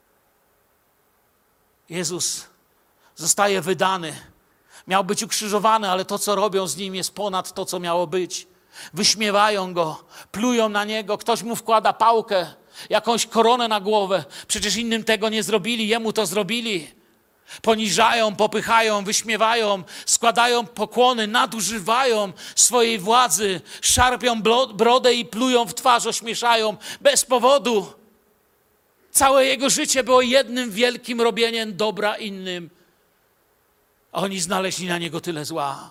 Jezus zostaje wydany. Miał być ukrzyżowany, ale to, co robią z Nim, jest ponad to, co miało być. Wyśmiewają Go, plują na Niego, ktoś Mu wkłada pałkę, jakąś koronę na głowę. Przecież innym tego nie zrobili, Jemu to zrobili. Poniżają, popychają, wyśmiewają, składają pokłony, nadużywają swojej władzy, szarpią brodę i plują w twarz, ośmieszają bez powodu. Całe Jego życie było jednym wielkim robieniem dobra innym. A oni znaleźli na Niego tyle zła.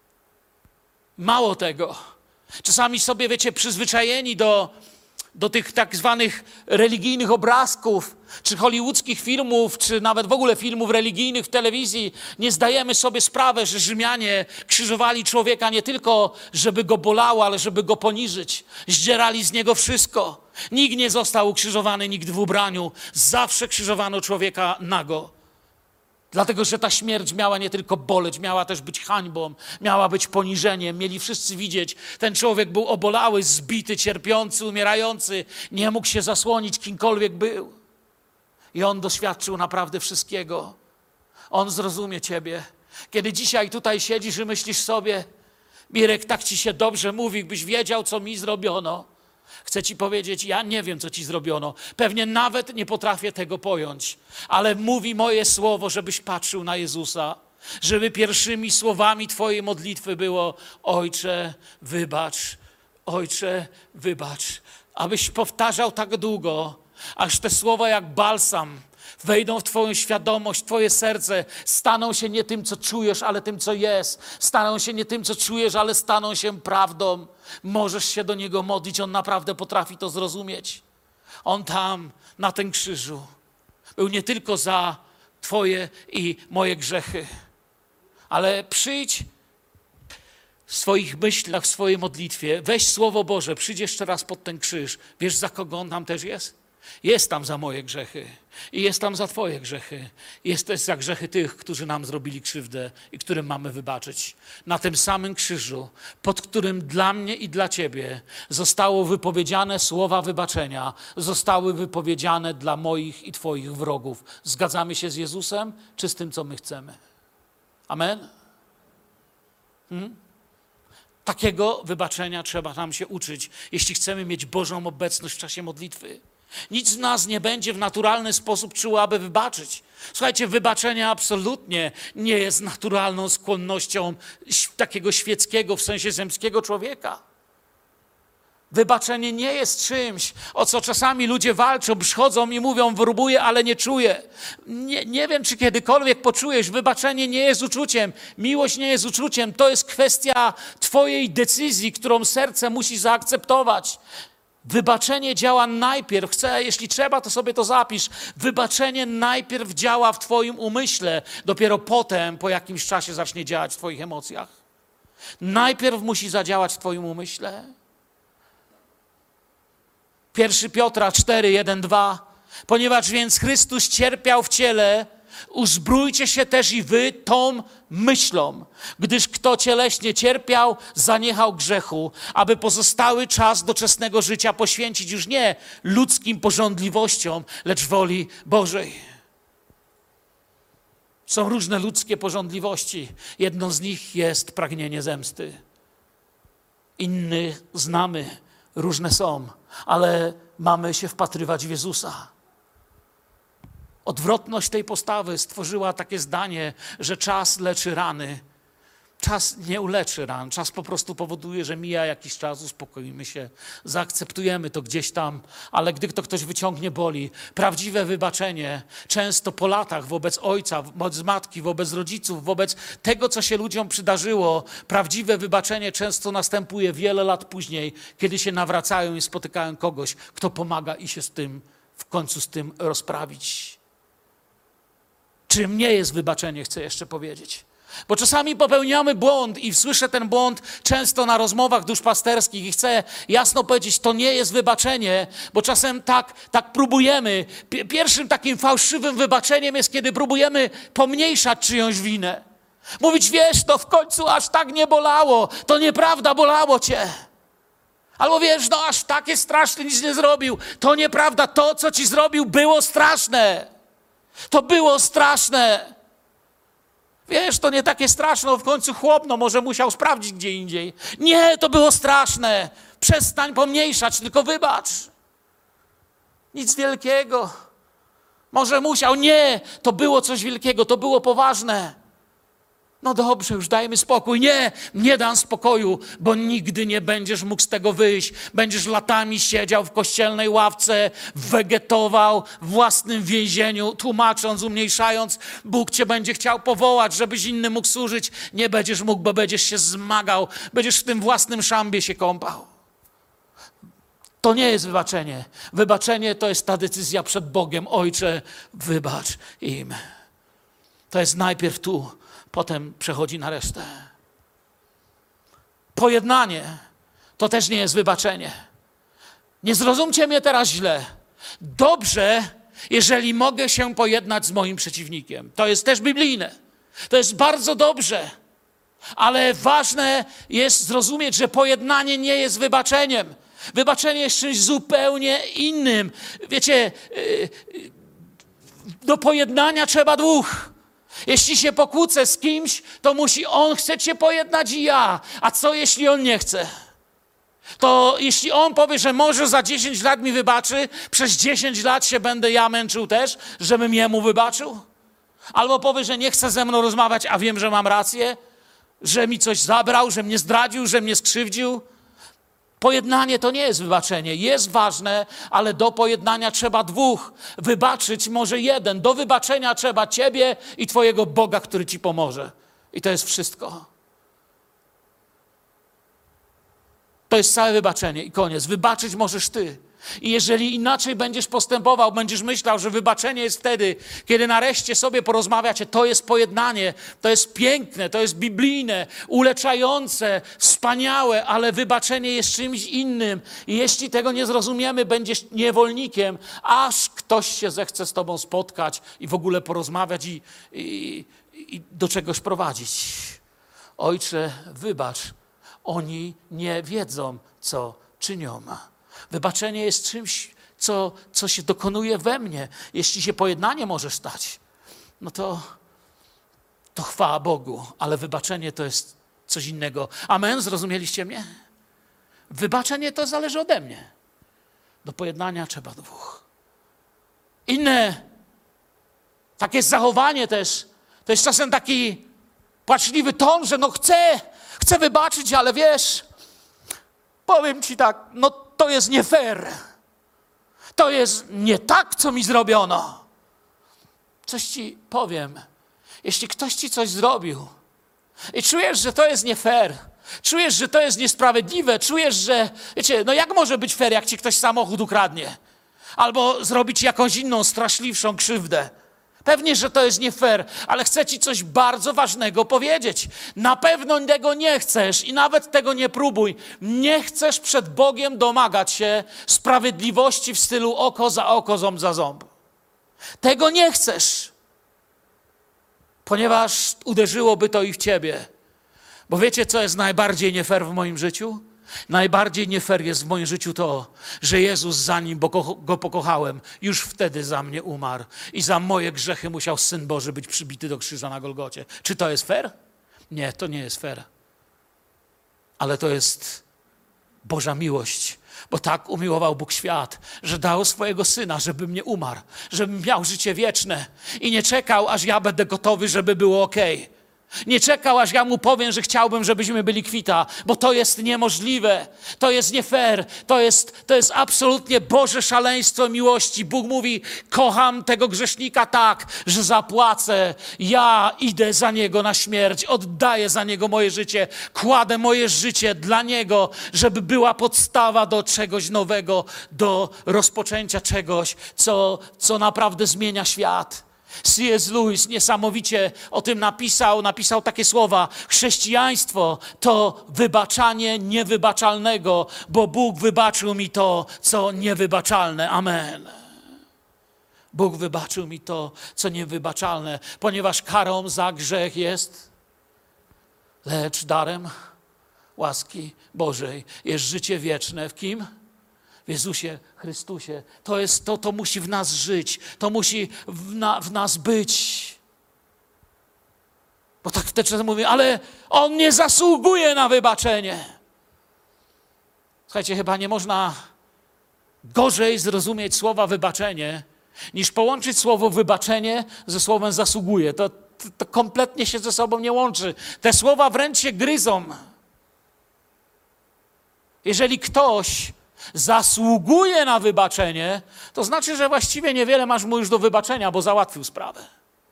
Mało tego. Czasami sobie, wiecie, przyzwyczajeni do, do tych tak zwanych religijnych obrazków, czy hollywoodzkich filmów, czy nawet w ogóle filmów religijnych w telewizji, nie zdajemy sobie sprawy, że Rzymianie krzyżowali człowieka nie tylko, żeby go bolało, ale żeby go poniżyć. Zdzierali z niego wszystko. Nikt nie został ukrzyżowany, nikt w ubraniu. Zawsze krzyżowano człowieka nago. Dlatego, że ta śmierć miała nie tylko boleć, miała też być hańbą, miała być poniżeniem. Mieli wszyscy widzieć, ten człowiek był obolały, zbity, cierpiący, umierający. Nie mógł się zasłonić, kimkolwiek był. I on doświadczył naprawdę wszystkiego. On zrozumie ciebie. Kiedy dzisiaj tutaj siedzisz i myślisz sobie: Mirek, tak ci się dobrze mówi, byś wiedział, co mi zrobiono. Chcę ci powiedzieć, ja nie wiem, co ci zrobiono. Pewnie nawet nie potrafię tego pojąć. Ale mówi moje słowo, żebyś patrzył na Jezusa. Żeby pierwszymi słowami twojej modlitwy było: Ojcze, wybacz. Ojcze, wybacz. Abyś powtarzał tak długo, aż te słowa jak balsam wejdą w twoją świadomość, twoje serce, staną się nie tym, co czujesz, ale tym, co jest. Staną się nie tym, co czujesz, ale staną się prawdą. Możesz się do Niego modlić, On naprawdę potrafi to zrozumieć. On tam, na tym krzyżu, był nie tylko za twoje i moje grzechy, ale przyjdź w swoich myślach, w swojej modlitwie, weź Słowo Boże, przyjdź jeszcze raz pod ten krzyż. Wiesz, za kogo On tam też jest? Jest tam za moje grzechy i jest tam za twoje grzechy. Jest też za grzechy tych, którzy nam zrobili krzywdę i którym mamy wybaczyć. Na tym samym krzyżu, pod którym dla mnie i dla ciebie zostało wypowiedziane słowa wybaczenia, zostały wypowiedziane dla moich i twoich wrogów. Zgadzamy się z Jezusem, czy z tym, co my chcemy? Amen? Hmm? Takiego wybaczenia trzeba nam się uczyć, jeśli chcemy mieć Bożą obecność w czasie modlitwy. Nic w nas nie będzie w naturalny sposób czuło, aby wybaczyć. Słuchajcie, wybaczenie absolutnie nie jest naturalną skłonnością takiego świeckiego, w sensie zemskiego człowieka. Wybaczenie nie jest czymś, o co czasami ludzie walczą, przychodzą i mówią, próbuję, ale nie czuję. Nie, nie wiem, czy kiedykolwiek poczujesz, wybaczenie nie jest uczuciem, miłość nie jest uczuciem, to jest kwestia twojej decyzji, którą serce musi zaakceptować. Wybaczenie działa najpierw, chcę, jeśli trzeba, to sobie to zapisz. Wybaczenie najpierw działa w twoim umyśle, dopiero potem, po jakimś czasie zacznie działać w twoich emocjach. Najpierw musi zadziałać w twoim umyśle. pierwszy Piotra cztery, jeden, dwa. Ponieważ więc Chrystus cierpiał w ciele, uzbrójcie się też i wy tą myślą, gdyż kto cieleśnie cierpiał, zaniechał grzechu, aby pozostały czas doczesnego życia poświęcić już nie ludzkim pożądliwościom, lecz woli Bożej. Są różne ludzkie pożądliwości. Jedną z nich jest pragnienie zemsty. Innych znamy, różne są, ale mamy się wpatrywać w Jezusa. Odwrotność tej postawy stworzyła takie zdanie, że czas leczy rany. Czas nie uleczy ran. Czas po prostu powoduje, że mija jakiś czas, uspokoimy się, zaakceptujemy to gdzieś tam, ale gdy to ktoś wyciągnie, boli. Prawdziwe wybaczenie często po latach wobec ojca, wobec matki, wobec rodziców, wobec tego, co się ludziom przydarzyło. Prawdziwe wybaczenie często następuje wiele lat później, kiedy się nawracają i spotykają kogoś, kto pomaga i się z tym, w końcu z tym rozprawić. Czym nie jest wybaczenie, chcę jeszcze powiedzieć. Bo czasami popełniamy błąd i słyszę ten błąd często na rozmowach duszpasterskich i chcę jasno powiedzieć, to nie jest wybaczenie, bo czasem tak, tak próbujemy. Pierwszym takim fałszywym wybaczeniem jest, kiedy próbujemy pomniejszać czyjąś winę. Mówić, wiesz, to w końcu aż tak nie bolało, to nieprawda, bolało cię. Albo wiesz, no aż takie straszne nic nie zrobił, to nieprawda, to co ci zrobił było straszne. To było straszne. Wiesz, to nie takie straszne, w końcu chłop, no może musiał sprawdzić gdzie indziej. Nie, to było straszne. Przestań pomniejszać, tylko wybacz. Nic wielkiego. Może musiał. Nie, to było coś wielkiego, to było poważne. No dobrze, już dajmy spokój. Nie, nie dam spokoju, bo nigdy nie będziesz mógł z tego wyjść. Będziesz latami siedział w kościelnej ławce, wegetował w własnym więzieniu, tłumacząc, umniejszając. Bóg cię będzie chciał powołać, żebyś innym mógł służyć. Nie będziesz mógł, bo będziesz się zmagał. Będziesz w tym własnym szambie się kąpał. To nie jest wybaczenie. Wybaczenie to jest ta decyzja przed Bogiem. Ojcze, wybacz im. To jest najpierw tu. Potem przechodzi na resztę. Pojednanie to też nie jest wybaczenie. Nie zrozumcie mnie teraz źle. Dobrze, jeżeli mogę się pojednać z moim przeciwnikiem. To jest też biblijne. To jest bardzo dobrze. Ale ważne jest zrozumieć, że pojednanie nie jest wybaczeniem. Wybaczenie jest czymś zupełnie innym. Wiecie, do pojednania trzeba dwóch. Jeśli się pokłócę z kimś, to musi on chce się pojednać i ja. A co jeśli on nie chce? To jeśli on powie, że może za dziesięć lat mi wybaczy, przez dziesięć lat się będę ja męczył też, żebym jemu wybaczył? Albo powie, że nie chce ze mną rozmawiać, a wiem, że mam rację, że mi coś zabrał, że mnie zdradził, że mnie skrzywdził. Pojednanie to nie jest wybaczenie. Jest ważne, ale do pojednania trzeba dwóch. Wybaczyć może jeden. Do wybaczenia trzeba ciebie i twojego Boga, który ci pomoże. I to jest wszystko. To jest całe wybaczenie i koniec. Wybaczyć możesz ty. I jeżeli inaczej będziesz postępował, będziesz myślał, że wybaczenie jest wtedy, kiedy nareszcie sobie porozmawiacie, to jest pojednanie, to jest piękne, to jest biblijne, uleczające, wspaniałe, ale wybaczenie jest czymś innym. I jeśli tego nie zrozumiemy, będziesz niewolnikiem, aż ktoś się zechce z tobą spotkać i w ogóle porozmawiać i, i, i do czegoś prowadzić. Ojcze, wybacz, oni nie wiedzą, co czynią. Wybaczenie jest czymś, co, co się dokonuje we mnie. Jeśli się pojednanie może stać, no to, to chwała Bogu, ale wybaczenie to jest coś innego. Amen? Zrozumieliście mnie? Wybaczenie to zależy ode mnie. Do pojednania trzeba dwóch. Inne, takie zachowanie też, to jest czasem taki płaczliwy ton, że no chcę, chcę wybaczyć, ale wiesz, powiem ci tak, no to jest nie fair. To jest nie tak, co mi zrobiono. Coś ci powiem. Jeśli ktoś ci coś zrobił i czujesz, że to jest nie fair, czujesz, że to jest niesprawiedliwe, czujesz, że, wiecie, no jak może być fair, jak ci ktoś samochód ukradnie? Albo zrobi ci jakąś inną, straszliwszą krzywdę. Pewnie, że to jest nie fair, ale chcę ci coś bardzo ważnego powiedzieć. Na pewno tego nie chcesz i nawet tego nie próbuj. Nie chcesz przed Bogiem domagać się sprawiedliwości w stylu oko za oko, ząb za ząb. Tego nie chcesz, ponieważ uderzyłoby to i w ciebie. Bo wiecie, co jest najbardziej nie fair w moim życiu? Najbardziej nie fair jest w moim życiu to, że Jezus, zanim go pokochałem, już wtedy za mnie umarł i za moje grzechy musiał Syn Boży być przybity do krzyża na Golgocie. Czy to jest fair? Nie, to nie jest fair. Ale to jest Boża miłość, bo tak umiłował Bóg świat, że dał swojego Syna, żebym nie umarł, żebym miał życie wieczne i nie czekał, aż ja będę gotowy, żeby było okej. Nie czekał, aż ja mu powiem, że chciałbym, żebyśmy byli kwita, bo to jest niemożliwe, to jest nie fair, to jest, to jest absolutnie Boże szaleństwo miłości. Bóg mówi, kocham tego grzesznika tak, że zapłacę, ja idę za niego na śmierć, oddaję za niego moje życie, kładę moje życie dla niego, żeby była podstawa do czegoś nowego, do rozpoczęcia czegoś, co, co naprawdę zmienia świat. C S Lewis niesamowicie o tym napisał, napisał takie słowa: chrześcijaństwo to wybaczanie niewybaczalnego, bo Bóg wybaczył mi to, co niewybaczalne. Amen. Bóg wybaczył mi to, co niewybaczalne, ponieważ karą za grzech jest, lecz darem łaski Bożej jest życie wieczne. W kim? W Jezusie Chrystusie. To, jest, to, to musi w nas żyć. To musi w, na, w nas być. Bo tak wtedy czasem mówię, ale On nie zasługuje na wybaczenie. Słuchajcie, chyba nie można gorzej zrozumieć słowa wybaczenie, niż połączyć słowo wybaczenie ze słowem zasługuje. To, to, to kompletnie się ze sobą nie łączy. Te słowa wręcz się gryzą. Jeżeli ktoś zasługuje na wybaczenie, to znaczy, że właściwie niewiele masz mu już do wybaczenia, bo załatwił sprawę.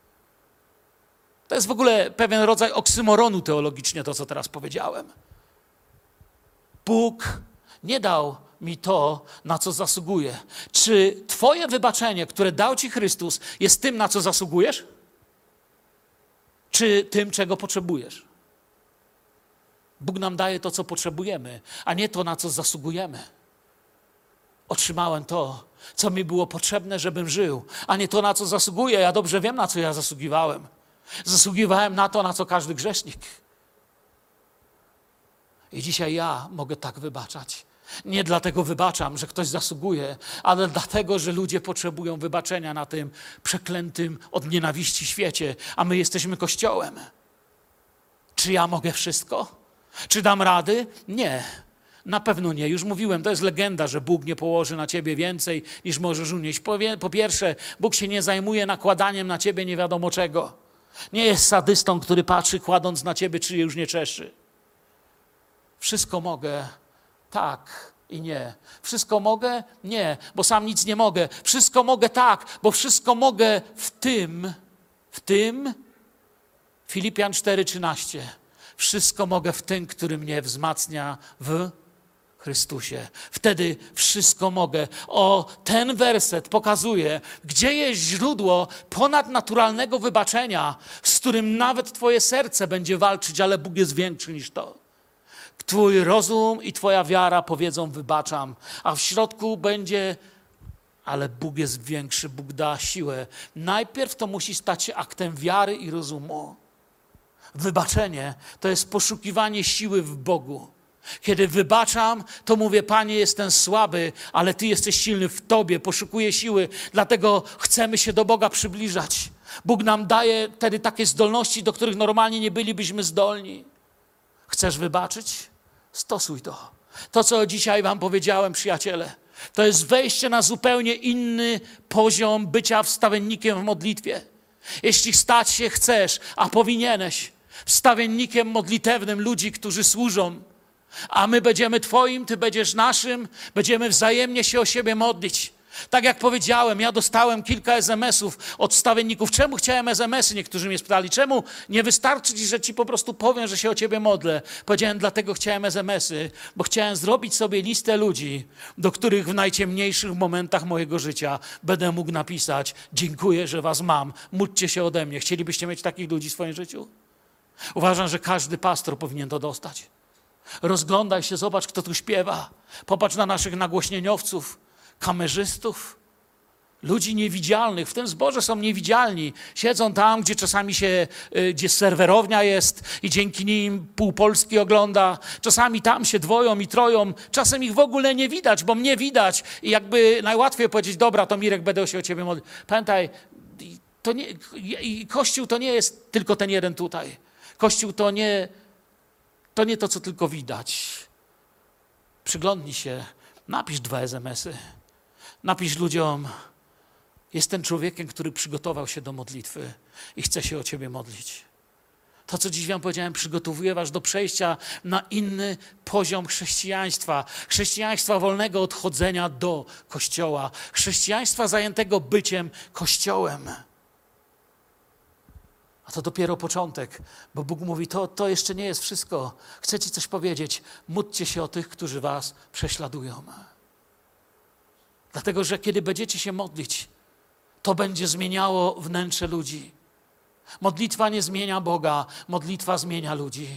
To jest w ogóle pewien rodzaj oksymoronu teologicznie, to co teraz powiedziałem. Bóg nie dał mi to, na co zasługuję. Czy twoje wybaczenie, które dał ci Chrystus, jest tym, na co zasługujesz? Czy tym, czego potrzebujesz? Bóg nam daje to, co potrzebujemy, a nie to, na co zasługujemy. Otrzymałem to, co mi było potrzebne, żebym żył, a nie to, na co zasługuję. Ja dobrze wiem, na co ja zasługiwałem. Zasługiwałem na to, na co każdy grzesznik. I dzisiaj ja mogę tak wybaczać. Nie dlatego wybaczam, że ktoś zasługuje, ale dlatego, że ludzie potrzebują wybaczenia na tym przeklętym od nienawiści świecie, a my jesteśmy Kościołem. Czy ja mogę wszystko? Czy dam rady? Nie. Na pewno nie. Już mówiłem, to jest legenda, że Bóg nie położy na ciebie więcej, niż możesz unieść. Po, po pierwsze, Bóg się nie zajmuje nakładaniem na ciebie nie wiadomo czego. Nie jest sadystą, który patrzy, kładąc na ciebie, czy je już nie czeszy. Wszystko mogę, tak i nie. Wszystko mogę? Nie, bo sam nic nie mogę. Wszystko mogę tak, bo wszystko mogę w tym, w tym, Filipian cztery trzynaście. Wszystko mogę w tym, który mnie wzmacnia w Chrystusie. Wtedy wszystko mogę. O, ten werset pokazuje, gdzie jest źródło ponadnaturalnego wybaczenia, z którym nawet twoje serce będzie walczyć, ale Bóg jest większy niż to. Twój rozum i twoja wiara powiedzą wybaczam, a w środku będzie, ale Bóg jest większy, Bóg da siłę. Najpierw to musi stać się aktem wiary i rozumu. Wybaczenie to jest poszukiwanie siły w Bogu. Kiedy wybaczam, to mówię, Panie, jestem słaby, ale Ty jesteś silny w Tobie, poszukuję siły, dlatego chcemy się do Boga przybliżać. Bóg nam daje wtedy takie zdolności, do których normalnie nie bylibyśmy zdolni. Chcesz wybaczyć? Stosuj to. To, co dzisiaj wam powiedziałem, przyjaciele, To jest wejście na zupełnie inny poziom bycia wstawiennikiem w modlitwie. Jeśli stać się chcesz, a powinieneś, wstawiennikiem modlitewnym ludzi, którzy służą, a my będziemy Twoim, Ty będziesz naszym, będziemy wzajemnie się o siebie modlić. Tak jak powiedziałem, ja dostałem kilka es em esów od wstawienników. Czemu chciałem es em esy? Niektórzy mnie spytali. Czemu nie wystarczy Ci, że Ci po prostu powiem, że się o Ciebie modlę? Powiedziałem, dlatego chciałem es em esy, bo chciałem zrobić sobie listę ludzi, do których w najciemniejszych momentach mojego życia będę mógł napisać: dziękuję, że Was mam, módlcie się ode mnie. Chcielibyście mieć takich ludzi w swoim życiu? Uważam, że każdy pastor powinien to dostać. Rozglądaj się, zobacz, kto tu śpiewa. Popatrz na naszych nagłośnieniowców, kamerzystów, ludzi niewidzialnych. W tym zborze są niewidzialni. Siedzą tam, gdzie czasami się, gdzie serwerownia jest i dzięki nim pół Polski ogląda. Czasami tam się dwoją i troją. Czasem ich w ogóle nie widać, bo mnie widać. I jakby najłatwiej powiedzieć: dobra, to Mirek, będę się o ciebie modlić. Pamiętaj, to nie, i Kościół to nie jest tylko ten jeden tutaj. Kościół to nie, to nie to, co tylko widać. Przyglądnij się, napisz dwa es em esy. Napisz ludziom: jestem człowiekiem, który przygotował się do modlitwy i chce się o ciebie modlić. To, co dziś wam powiedziałem, przygotowuje was do przejścia na inny poziom chrześcijaństwa. Chrześcijaństwa wolnego od chodzenia do Kościoła. Chrześcijaństwa zajętego byciem Kościołem. A to dopiero początek, bo Bóg mówi: to, to jeszcze nie jest wszystko. Chcę ci coś powiedzieć. Módlcie się o tych, którzy was prześladują. Dlatego, że kiedy będziecie się modlić, to będzie zmieniało wnętrze ludzi. Modlitwa nie zmienia Boga, modlitwa zmienia ludzi.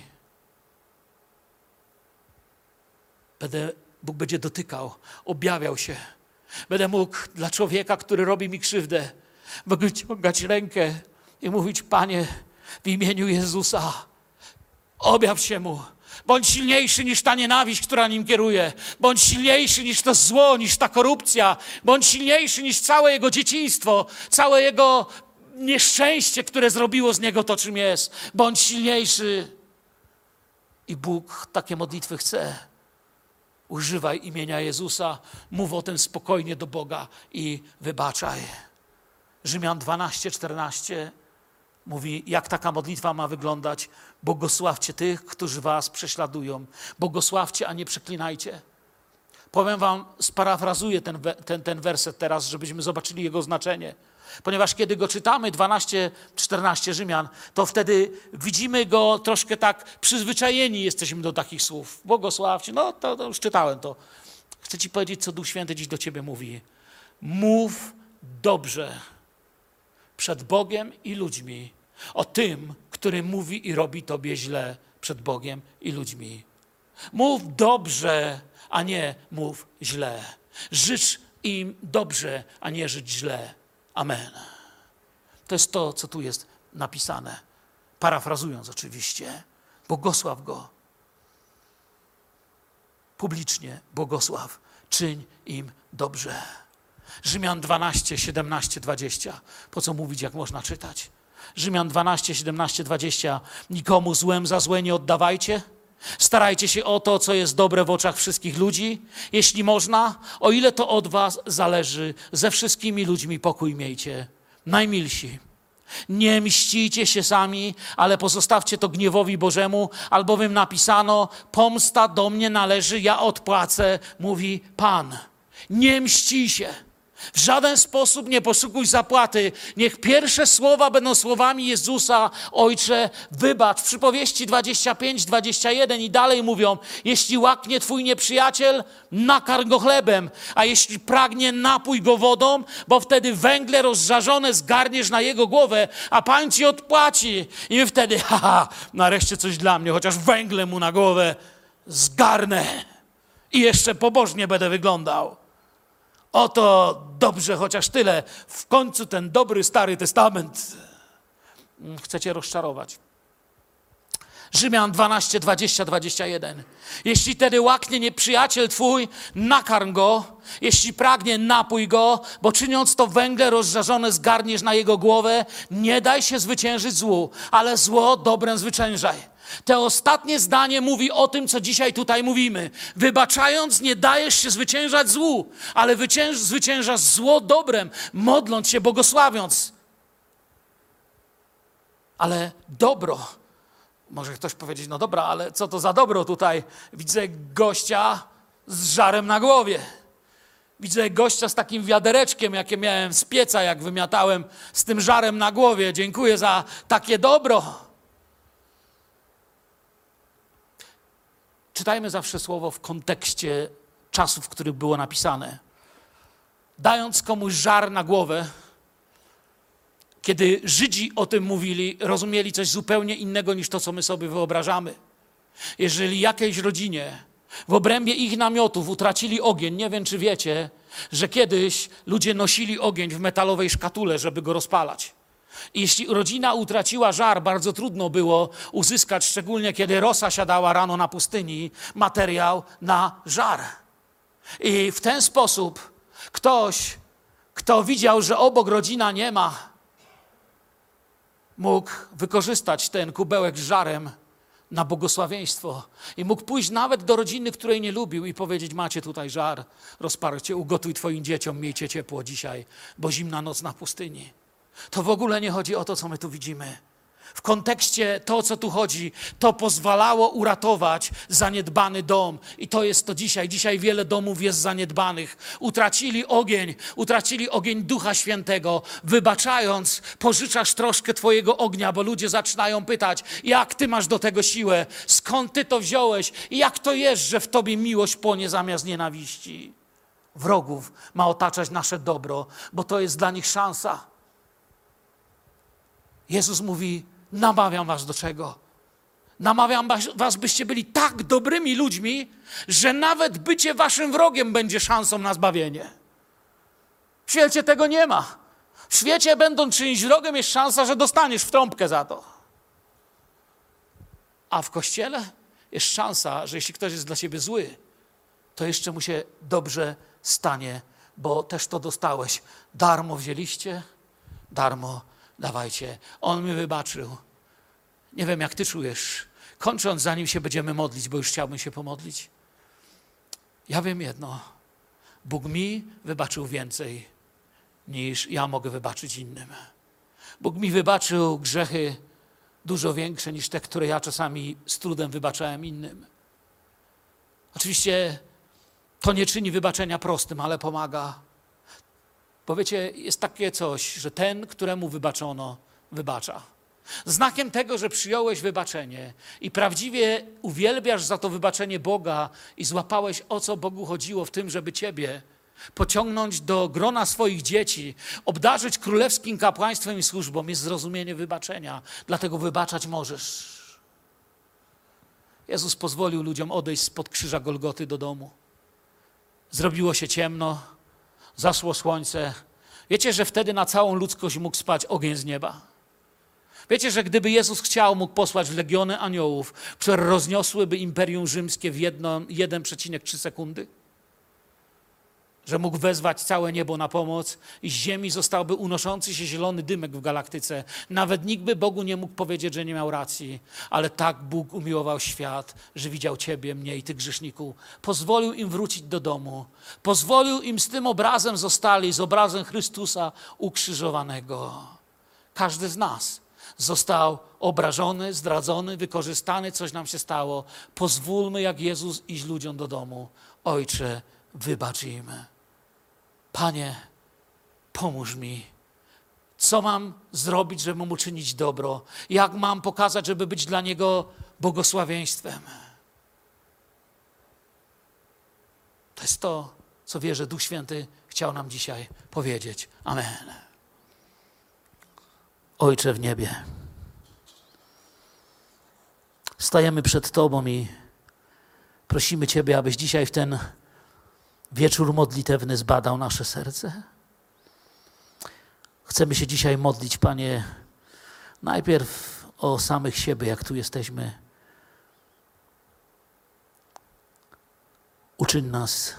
Będę, Bóg będzie dotykał, objawiał się. Będę mógł dla człowieka, który robi mi krzywdę, mogę ciągać rękę i mówić: Panie, w imieniu Jezusa, objaw się mu. Bądź silniejszy niż ta nienawiść, która nim kieruje. Bądź silniejszy niż to zło, niż ta korupcja. Bądź silniejszy niż całe jego dzieciństwo, całe jego nieszczęście, które zrobiło z niego to, czym jest. Bądź silniejszy. I Bóg takie modlitwy chce. Używaj imienia Jezusa, mów o tym spokojnie do Boga i wybaczaj. Rzymian dwanaście, czternaście mówi, jak taka modlitwa ma wyglądać. Błogosławcie tych, którzy was prześladują. Błogosławcie, a nie przeklinajcie. Powiem wam, sparafrazuję ten, ten, ten werset teraz, żebyśmy zobaczyli jego znaczenie. Ponieważ kiedy go czytamy, dwanaście, czternaście Rzymian, to wtedy widzimy go troszkę tak, przyzwyczajeni jesteśmy do takich słów. Błogosławcie, no to, to już czytałem to. Chcę ci powiedzieć, co Duch Święty dziś do ciebie mówi. Mów dobrze przed Bogiem i ludźmi o tym, który mówi i robi tobie źle przed Bogiem i ludźmi. Mów dobrze, a nie mów źle. Życz im dobrze, a nie życz źle. Amen. To jest to, co tu jest napisane. Parafrazując oczywiście. Błogosław go. Publicznie błogosław. Czyń im dobrze. Rzymian dwanaście, siedemnaście, dwadzieścia. Po co mówić, jak można czytać? Rzymian dwanaście, siedemnaście, dwadzieścia. Nikomu złem za złe nie oddawajcie. Starajcie się o to, co jest dobre w oczach wszystkich ludzi. Jeśli można, o ile to od was zależy, ze wszystkimi ludźmi pokój miejcie. Najmilsi. Nie mścijcie się sami, ale pozostawcie to gniewowi Bożemu, albowiem napisano: pomsta do mnie należy, ja odpłacę, mówi Pan. Nie mści się. W żaden sposób nie poszukuj zapłaty. Niech pierwsze słowa będą słowami Jezusa: Ojcze, wybacz. W przypowieści dwadzieścia pięć, dwadzieścia jeden i dalej mówią: jeśli łaknie twój nieprzyjaciel, nakarm go chlebem, a jeśli pragnie, napój go wodą, bo wtedy węgle rozżarzone zgarniesz na jego głowę, a Pan ci odpłaci. I my wtedy, haha, nareszcie coś dla mnie, chociaż węgle mu na głowę zgarnę i jeszcze pobożnie będę wyglądał. Oto dobrze, chociaż tyle. W końcu ten dobry Stary Testament chcecie rozczarować. Rzymian dwanaście, dwadzieścia, dwadzieścia jeden. Jeśli tedy łaknie nieprzyjaciel twój, nakarm go. Jeśli pragnie, napój go, bo czyniąc to węgle rozżarzone zgarniesz na jego głowę. Nie daj się zwyciężyć złu, ale zło dobrem zwyciężaj. Te ostatnie zdanie mówi o tym, co dzisiaj tutaj mówimy. Wybaczając, nie dajesz się zwyciężać złu, ale wycięż, zwyciężasz zło dobrem, modląc się, błogosławiąc. Ale dobro, może ktoś powiedzieć, no dobra, ale co to za dobro tutaj? Widzę gościa z żarem na głowie. Widzę gościa z takim wiadereczkiem, jakie miałem z pieca, jak wymiatałem, z tym żarem na głowie. Dziękuję za takie dobro. Czytajmy zawsze słowo w kontekście czasów, w których było napisane. Dając komuś żar na głowę, kiedy Żydzi o tym mówili, rozumieli coś zupełnie innego niż to, co my sobie wyobrażamy. Jeżeli jakiejś rodzinie w obrębie ich namiotów utracili ogień, nie wiem, czy wiecie, że kiedyś ludzie nosili ogień w metalowej szkatule, żeby go rozpalać. I jeśli rodzina utraciła żar, bardzo trudno było uzyskać, szczególnie kiedy rosa siadała rano na pustyni, materiał na żar. I w ten sposób ktoś, kto widział, że obok rodzina nie ma, mógł wykorzystać ten kubełek z żarem na błogosławieństwo. I mógł pójść nawet do rodziny, której nie lubił i powiedzieć, macie tutaj żar, rozparcie, ugotuj twoim dzieciom, miejcie ciepło dzisiaj, bo zimna noc na pustyni. To w ogóle nie chodzi o to, co my tu widzimy. W kontekście to, o co tu chodzi, to pozwalało uratować zaniedbany dom. I to jest to dzisiaj. Dzisiaj wiele domów jest zaniedbanych. Utracili ogień, utracili ogień Ducha Świętego. Wybaczając, pożyczasz troszkę twojego ognia, bo ludzie zaczynają pytać, jak ty masz do tego siłę, skąd ty to wziąłeś i jak to jest, że w tobie miłość płonie zamiast nienawiści. Wrogów ma otaczać nasze dobro, bo to jest dla nich szansa. Jezus mówi, namawiam was do czego? Namawiam was, byście byli tak dobrymi ludźmi, że nawet bycie waszym wrogiem będzie szansą na zbawienie. W świecie tego nie ma. W świecie, będąc czyimś wrogiem, jest szansa, że dostaniesz w trąbkę za to. A w Kościele jest szansa, że jeśli ktoś jest dla ciebie zły, to jeszcze mu się dobrze stanie, bo też to dostałeś. Darmo wzięliście, darmo dawajcie. On mi wybaczył. Nie wiem, jak ty czujesz. Kończąc, zanim się będziemy modlić, bo już chciałbym się pomodlić. Ja wiem jedno. Bóg mi wybaczył więcej, niż ja mogę wybaczyć innym. Bóg mi wybaczył grzechy dużo większe, niż te, które ja czasami z trudem wybaczałem innym. Oczywiście to nie czyni wybaczenia prostym, ale pomaga. Bo wiecie, jest takie coś, że ten, któremu wybaczono, wybacza. Znakiem tego, że przyjąłeś wybaczenie i prawdziwie uwielbiasz za to wybaczenie Boga i złapałeś, o co Bogu chodziło w tym, żeby ciebie pociągnąć do grona swoich dzieci, obdarzyć królewskim kapłaństwem i służbą, jest zrozumienie wybaczenia. Dlatego wybaczać możesz. Jezus pozwolił ludziom odejść spod krzyża Golgoty do domu. Zrobiło się ciemno, zaszło słońce. Wiecie, że wtedy na całą ludzkość mógł spać ogień z nieba? Wiecie, że gdyby Jezus chciał, mógł posłać legiony aniołów, które rozniosłyby Imperium Rzymskie w jeden przecinek trzy sekundy? Że mógł wezwać całe niebo na pomoc i z ziemi zostałby unoszący się zielony dymek w galaktyce. Nawet nikt by Bogu nie mógł powiedzieć, że nie miał racji, ale tak Bóg umiłował świat, że widział ciebie, mnie i tych grzeszników. Pozwolił im wrócić do domu. Pozwolił im z tym obrazem zostali, z obrazem Chrystusa ukrzyżowanego. Każdy z nas został obrażony, zdradzony, wykorzystany, coś nam się stało. Pozwólmy jak Jezus iść ludziom do domu. Ojcze, wybacz im. Panie, pomóż mi. Co mam zrobić, żeby mu czynić dobro? Jak mam pokazać, żeby być dla Niego błogosławieństwem? To jest to, co wierzę, Duch Święty chciał nam dzisiaj powiedzieć. Amen. Ojcze w niebie, stajemy przed Tobą i prosimy Ciebie, abyś dzisiaj w ten wieczór modlitewny zbadał nasze serce. Chcemy się dzisiaj modlić, Panie, najpierw o samych siebie, jak tu jesteśmy. Uczyń nas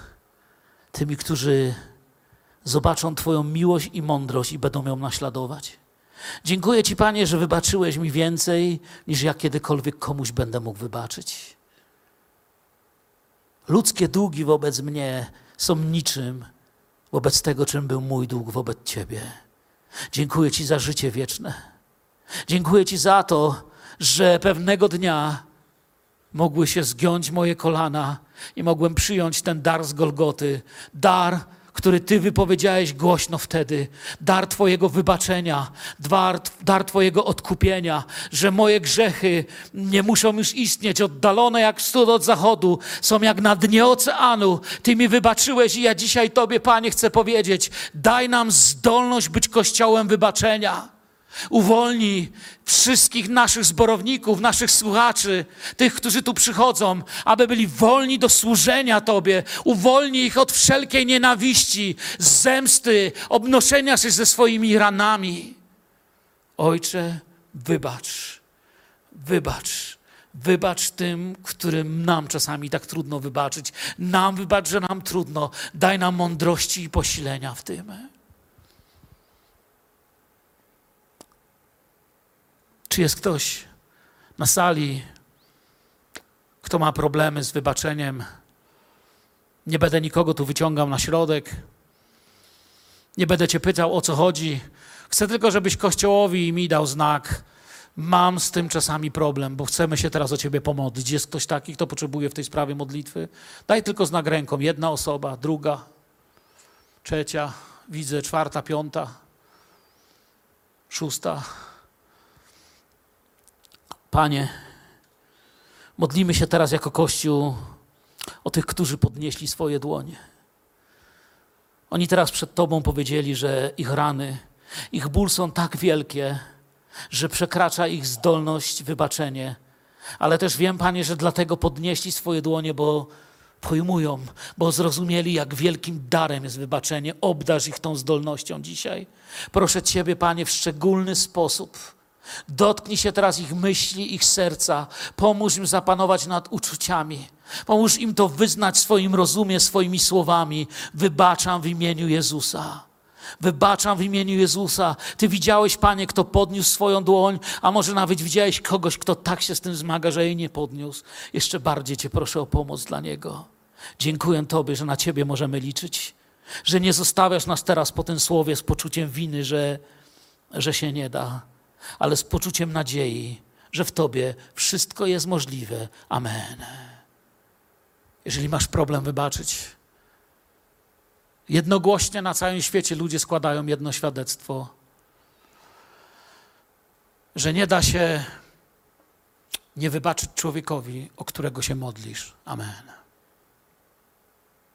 tymi, którzy zobaczą Twoją miłość i mądrość i będą ją naśladować. Dziękuję Ci, Panie, że wybaczyłeś mi więcej, niż ja kiedykolwiek komuś będę mógł wybaczyć. Ludzkie długi wobec mnie są niczym wobec tego, czym był mój dług wobec Ciebie. Dziękuję Ci za życie wieczne. Dziękuję Ci za to, że pewnego dnia mogły się zgiąć moje kolana i mogłem przyjąć ten dar z Golgoty. Dar, który Ty wypowiedziałeś głośno wtedy. Dar Twojego wybaczenia, dar, dar Twojego odkupienia, że moje grzechy nie muszą już istnieć, oddalone jak wschód od zachodu, są jak na dnie oceanu. Ty mi wybaczyłeś i ja dzisiaj Tobie, Panie, chcę powiedzieć, daj nam zdolność być Kościołem wybaczenia. Uwolnij wszystkich naszych zborowników, naszych słuchaczy, tych, którzy tu przychodzą, aby byli wolni do służenia Tobie. Uwolnij ich od wszelkiej nienawiści, zemsty, obnoszenia się ze swoimi ranami. Ojcze, wybacz, wybacz, wybacz tym, którym nam czasami tak trudno wybaczyć. Nam wybacz, że nam trudno. Daj nam mądrości i posilenia w tym. Czy jest ktoś na sali, kto ma problemy z wybaczeniem? Nie będę nikogo tu wyciągał na środek. Nie będę Cię pytał, o co chodzi. Chcę tylko, żebyś Kościołowi i mi dał znak. Mam z tym czasami problem, bo chcemy się teraz o Ciebie pomodlić. Jest ktoś taki, kto potrzebuje w tej sprawie modlitwy? Daj tylko znak ręką. Jedna osoba, druga, trzecia, widzę, czwarta, piąta, szósta. Panie, modlimy się teraz jako Kościół o tych, którzy podnieśli swoje dłonie. Oni teraz przed Tobą powiedzieli, że ich rany, ich ból są tak wielkie, że przekracza ich zdolność wybaczenie. Ale też wiem, Panie, że dlatego podnieśli swoje dłonie, bo pojmują, bo zrozumieli, jak wielkim darem jest wybaczenie. Obdarz ich tą zdolnością dzisiaj. Proszę Ciebie, Panie, w szczególny sposób. Dotknij się teraz ich myśli, ich serca. Pomóż im zapanować nad uczuciami. Pomóż im to wyznać w swoim rozumie, swoimi słowami. Wybaczam w imieniu Jezusa. Wybaczam w imieniu Jezusa. Ty widziałeś, Panie, kto podniósł swoją dłoń, a może nawet widziałeś kogoś, kto tak się z tym zmaga, że jej nie podniósł. Jeszcze bardziej Cię proszę o pomoc dla niego. Dziękuję Tobie, że na Ciebie możemy liczyć. Że nie zostawiasz nas teraz po tym słowie z poczuciem winy, że, że się nie da, ale z poczuciem nadziei, że w Tobie wszystko jest możliwe. Amen. Jeżeli masz problem wybaczyć, jednogłośnie na całym świecie ludzie składają jedno świadectwo, że nie da się nie wybaczyć człowiekowi, o którego się modlisz. Amen.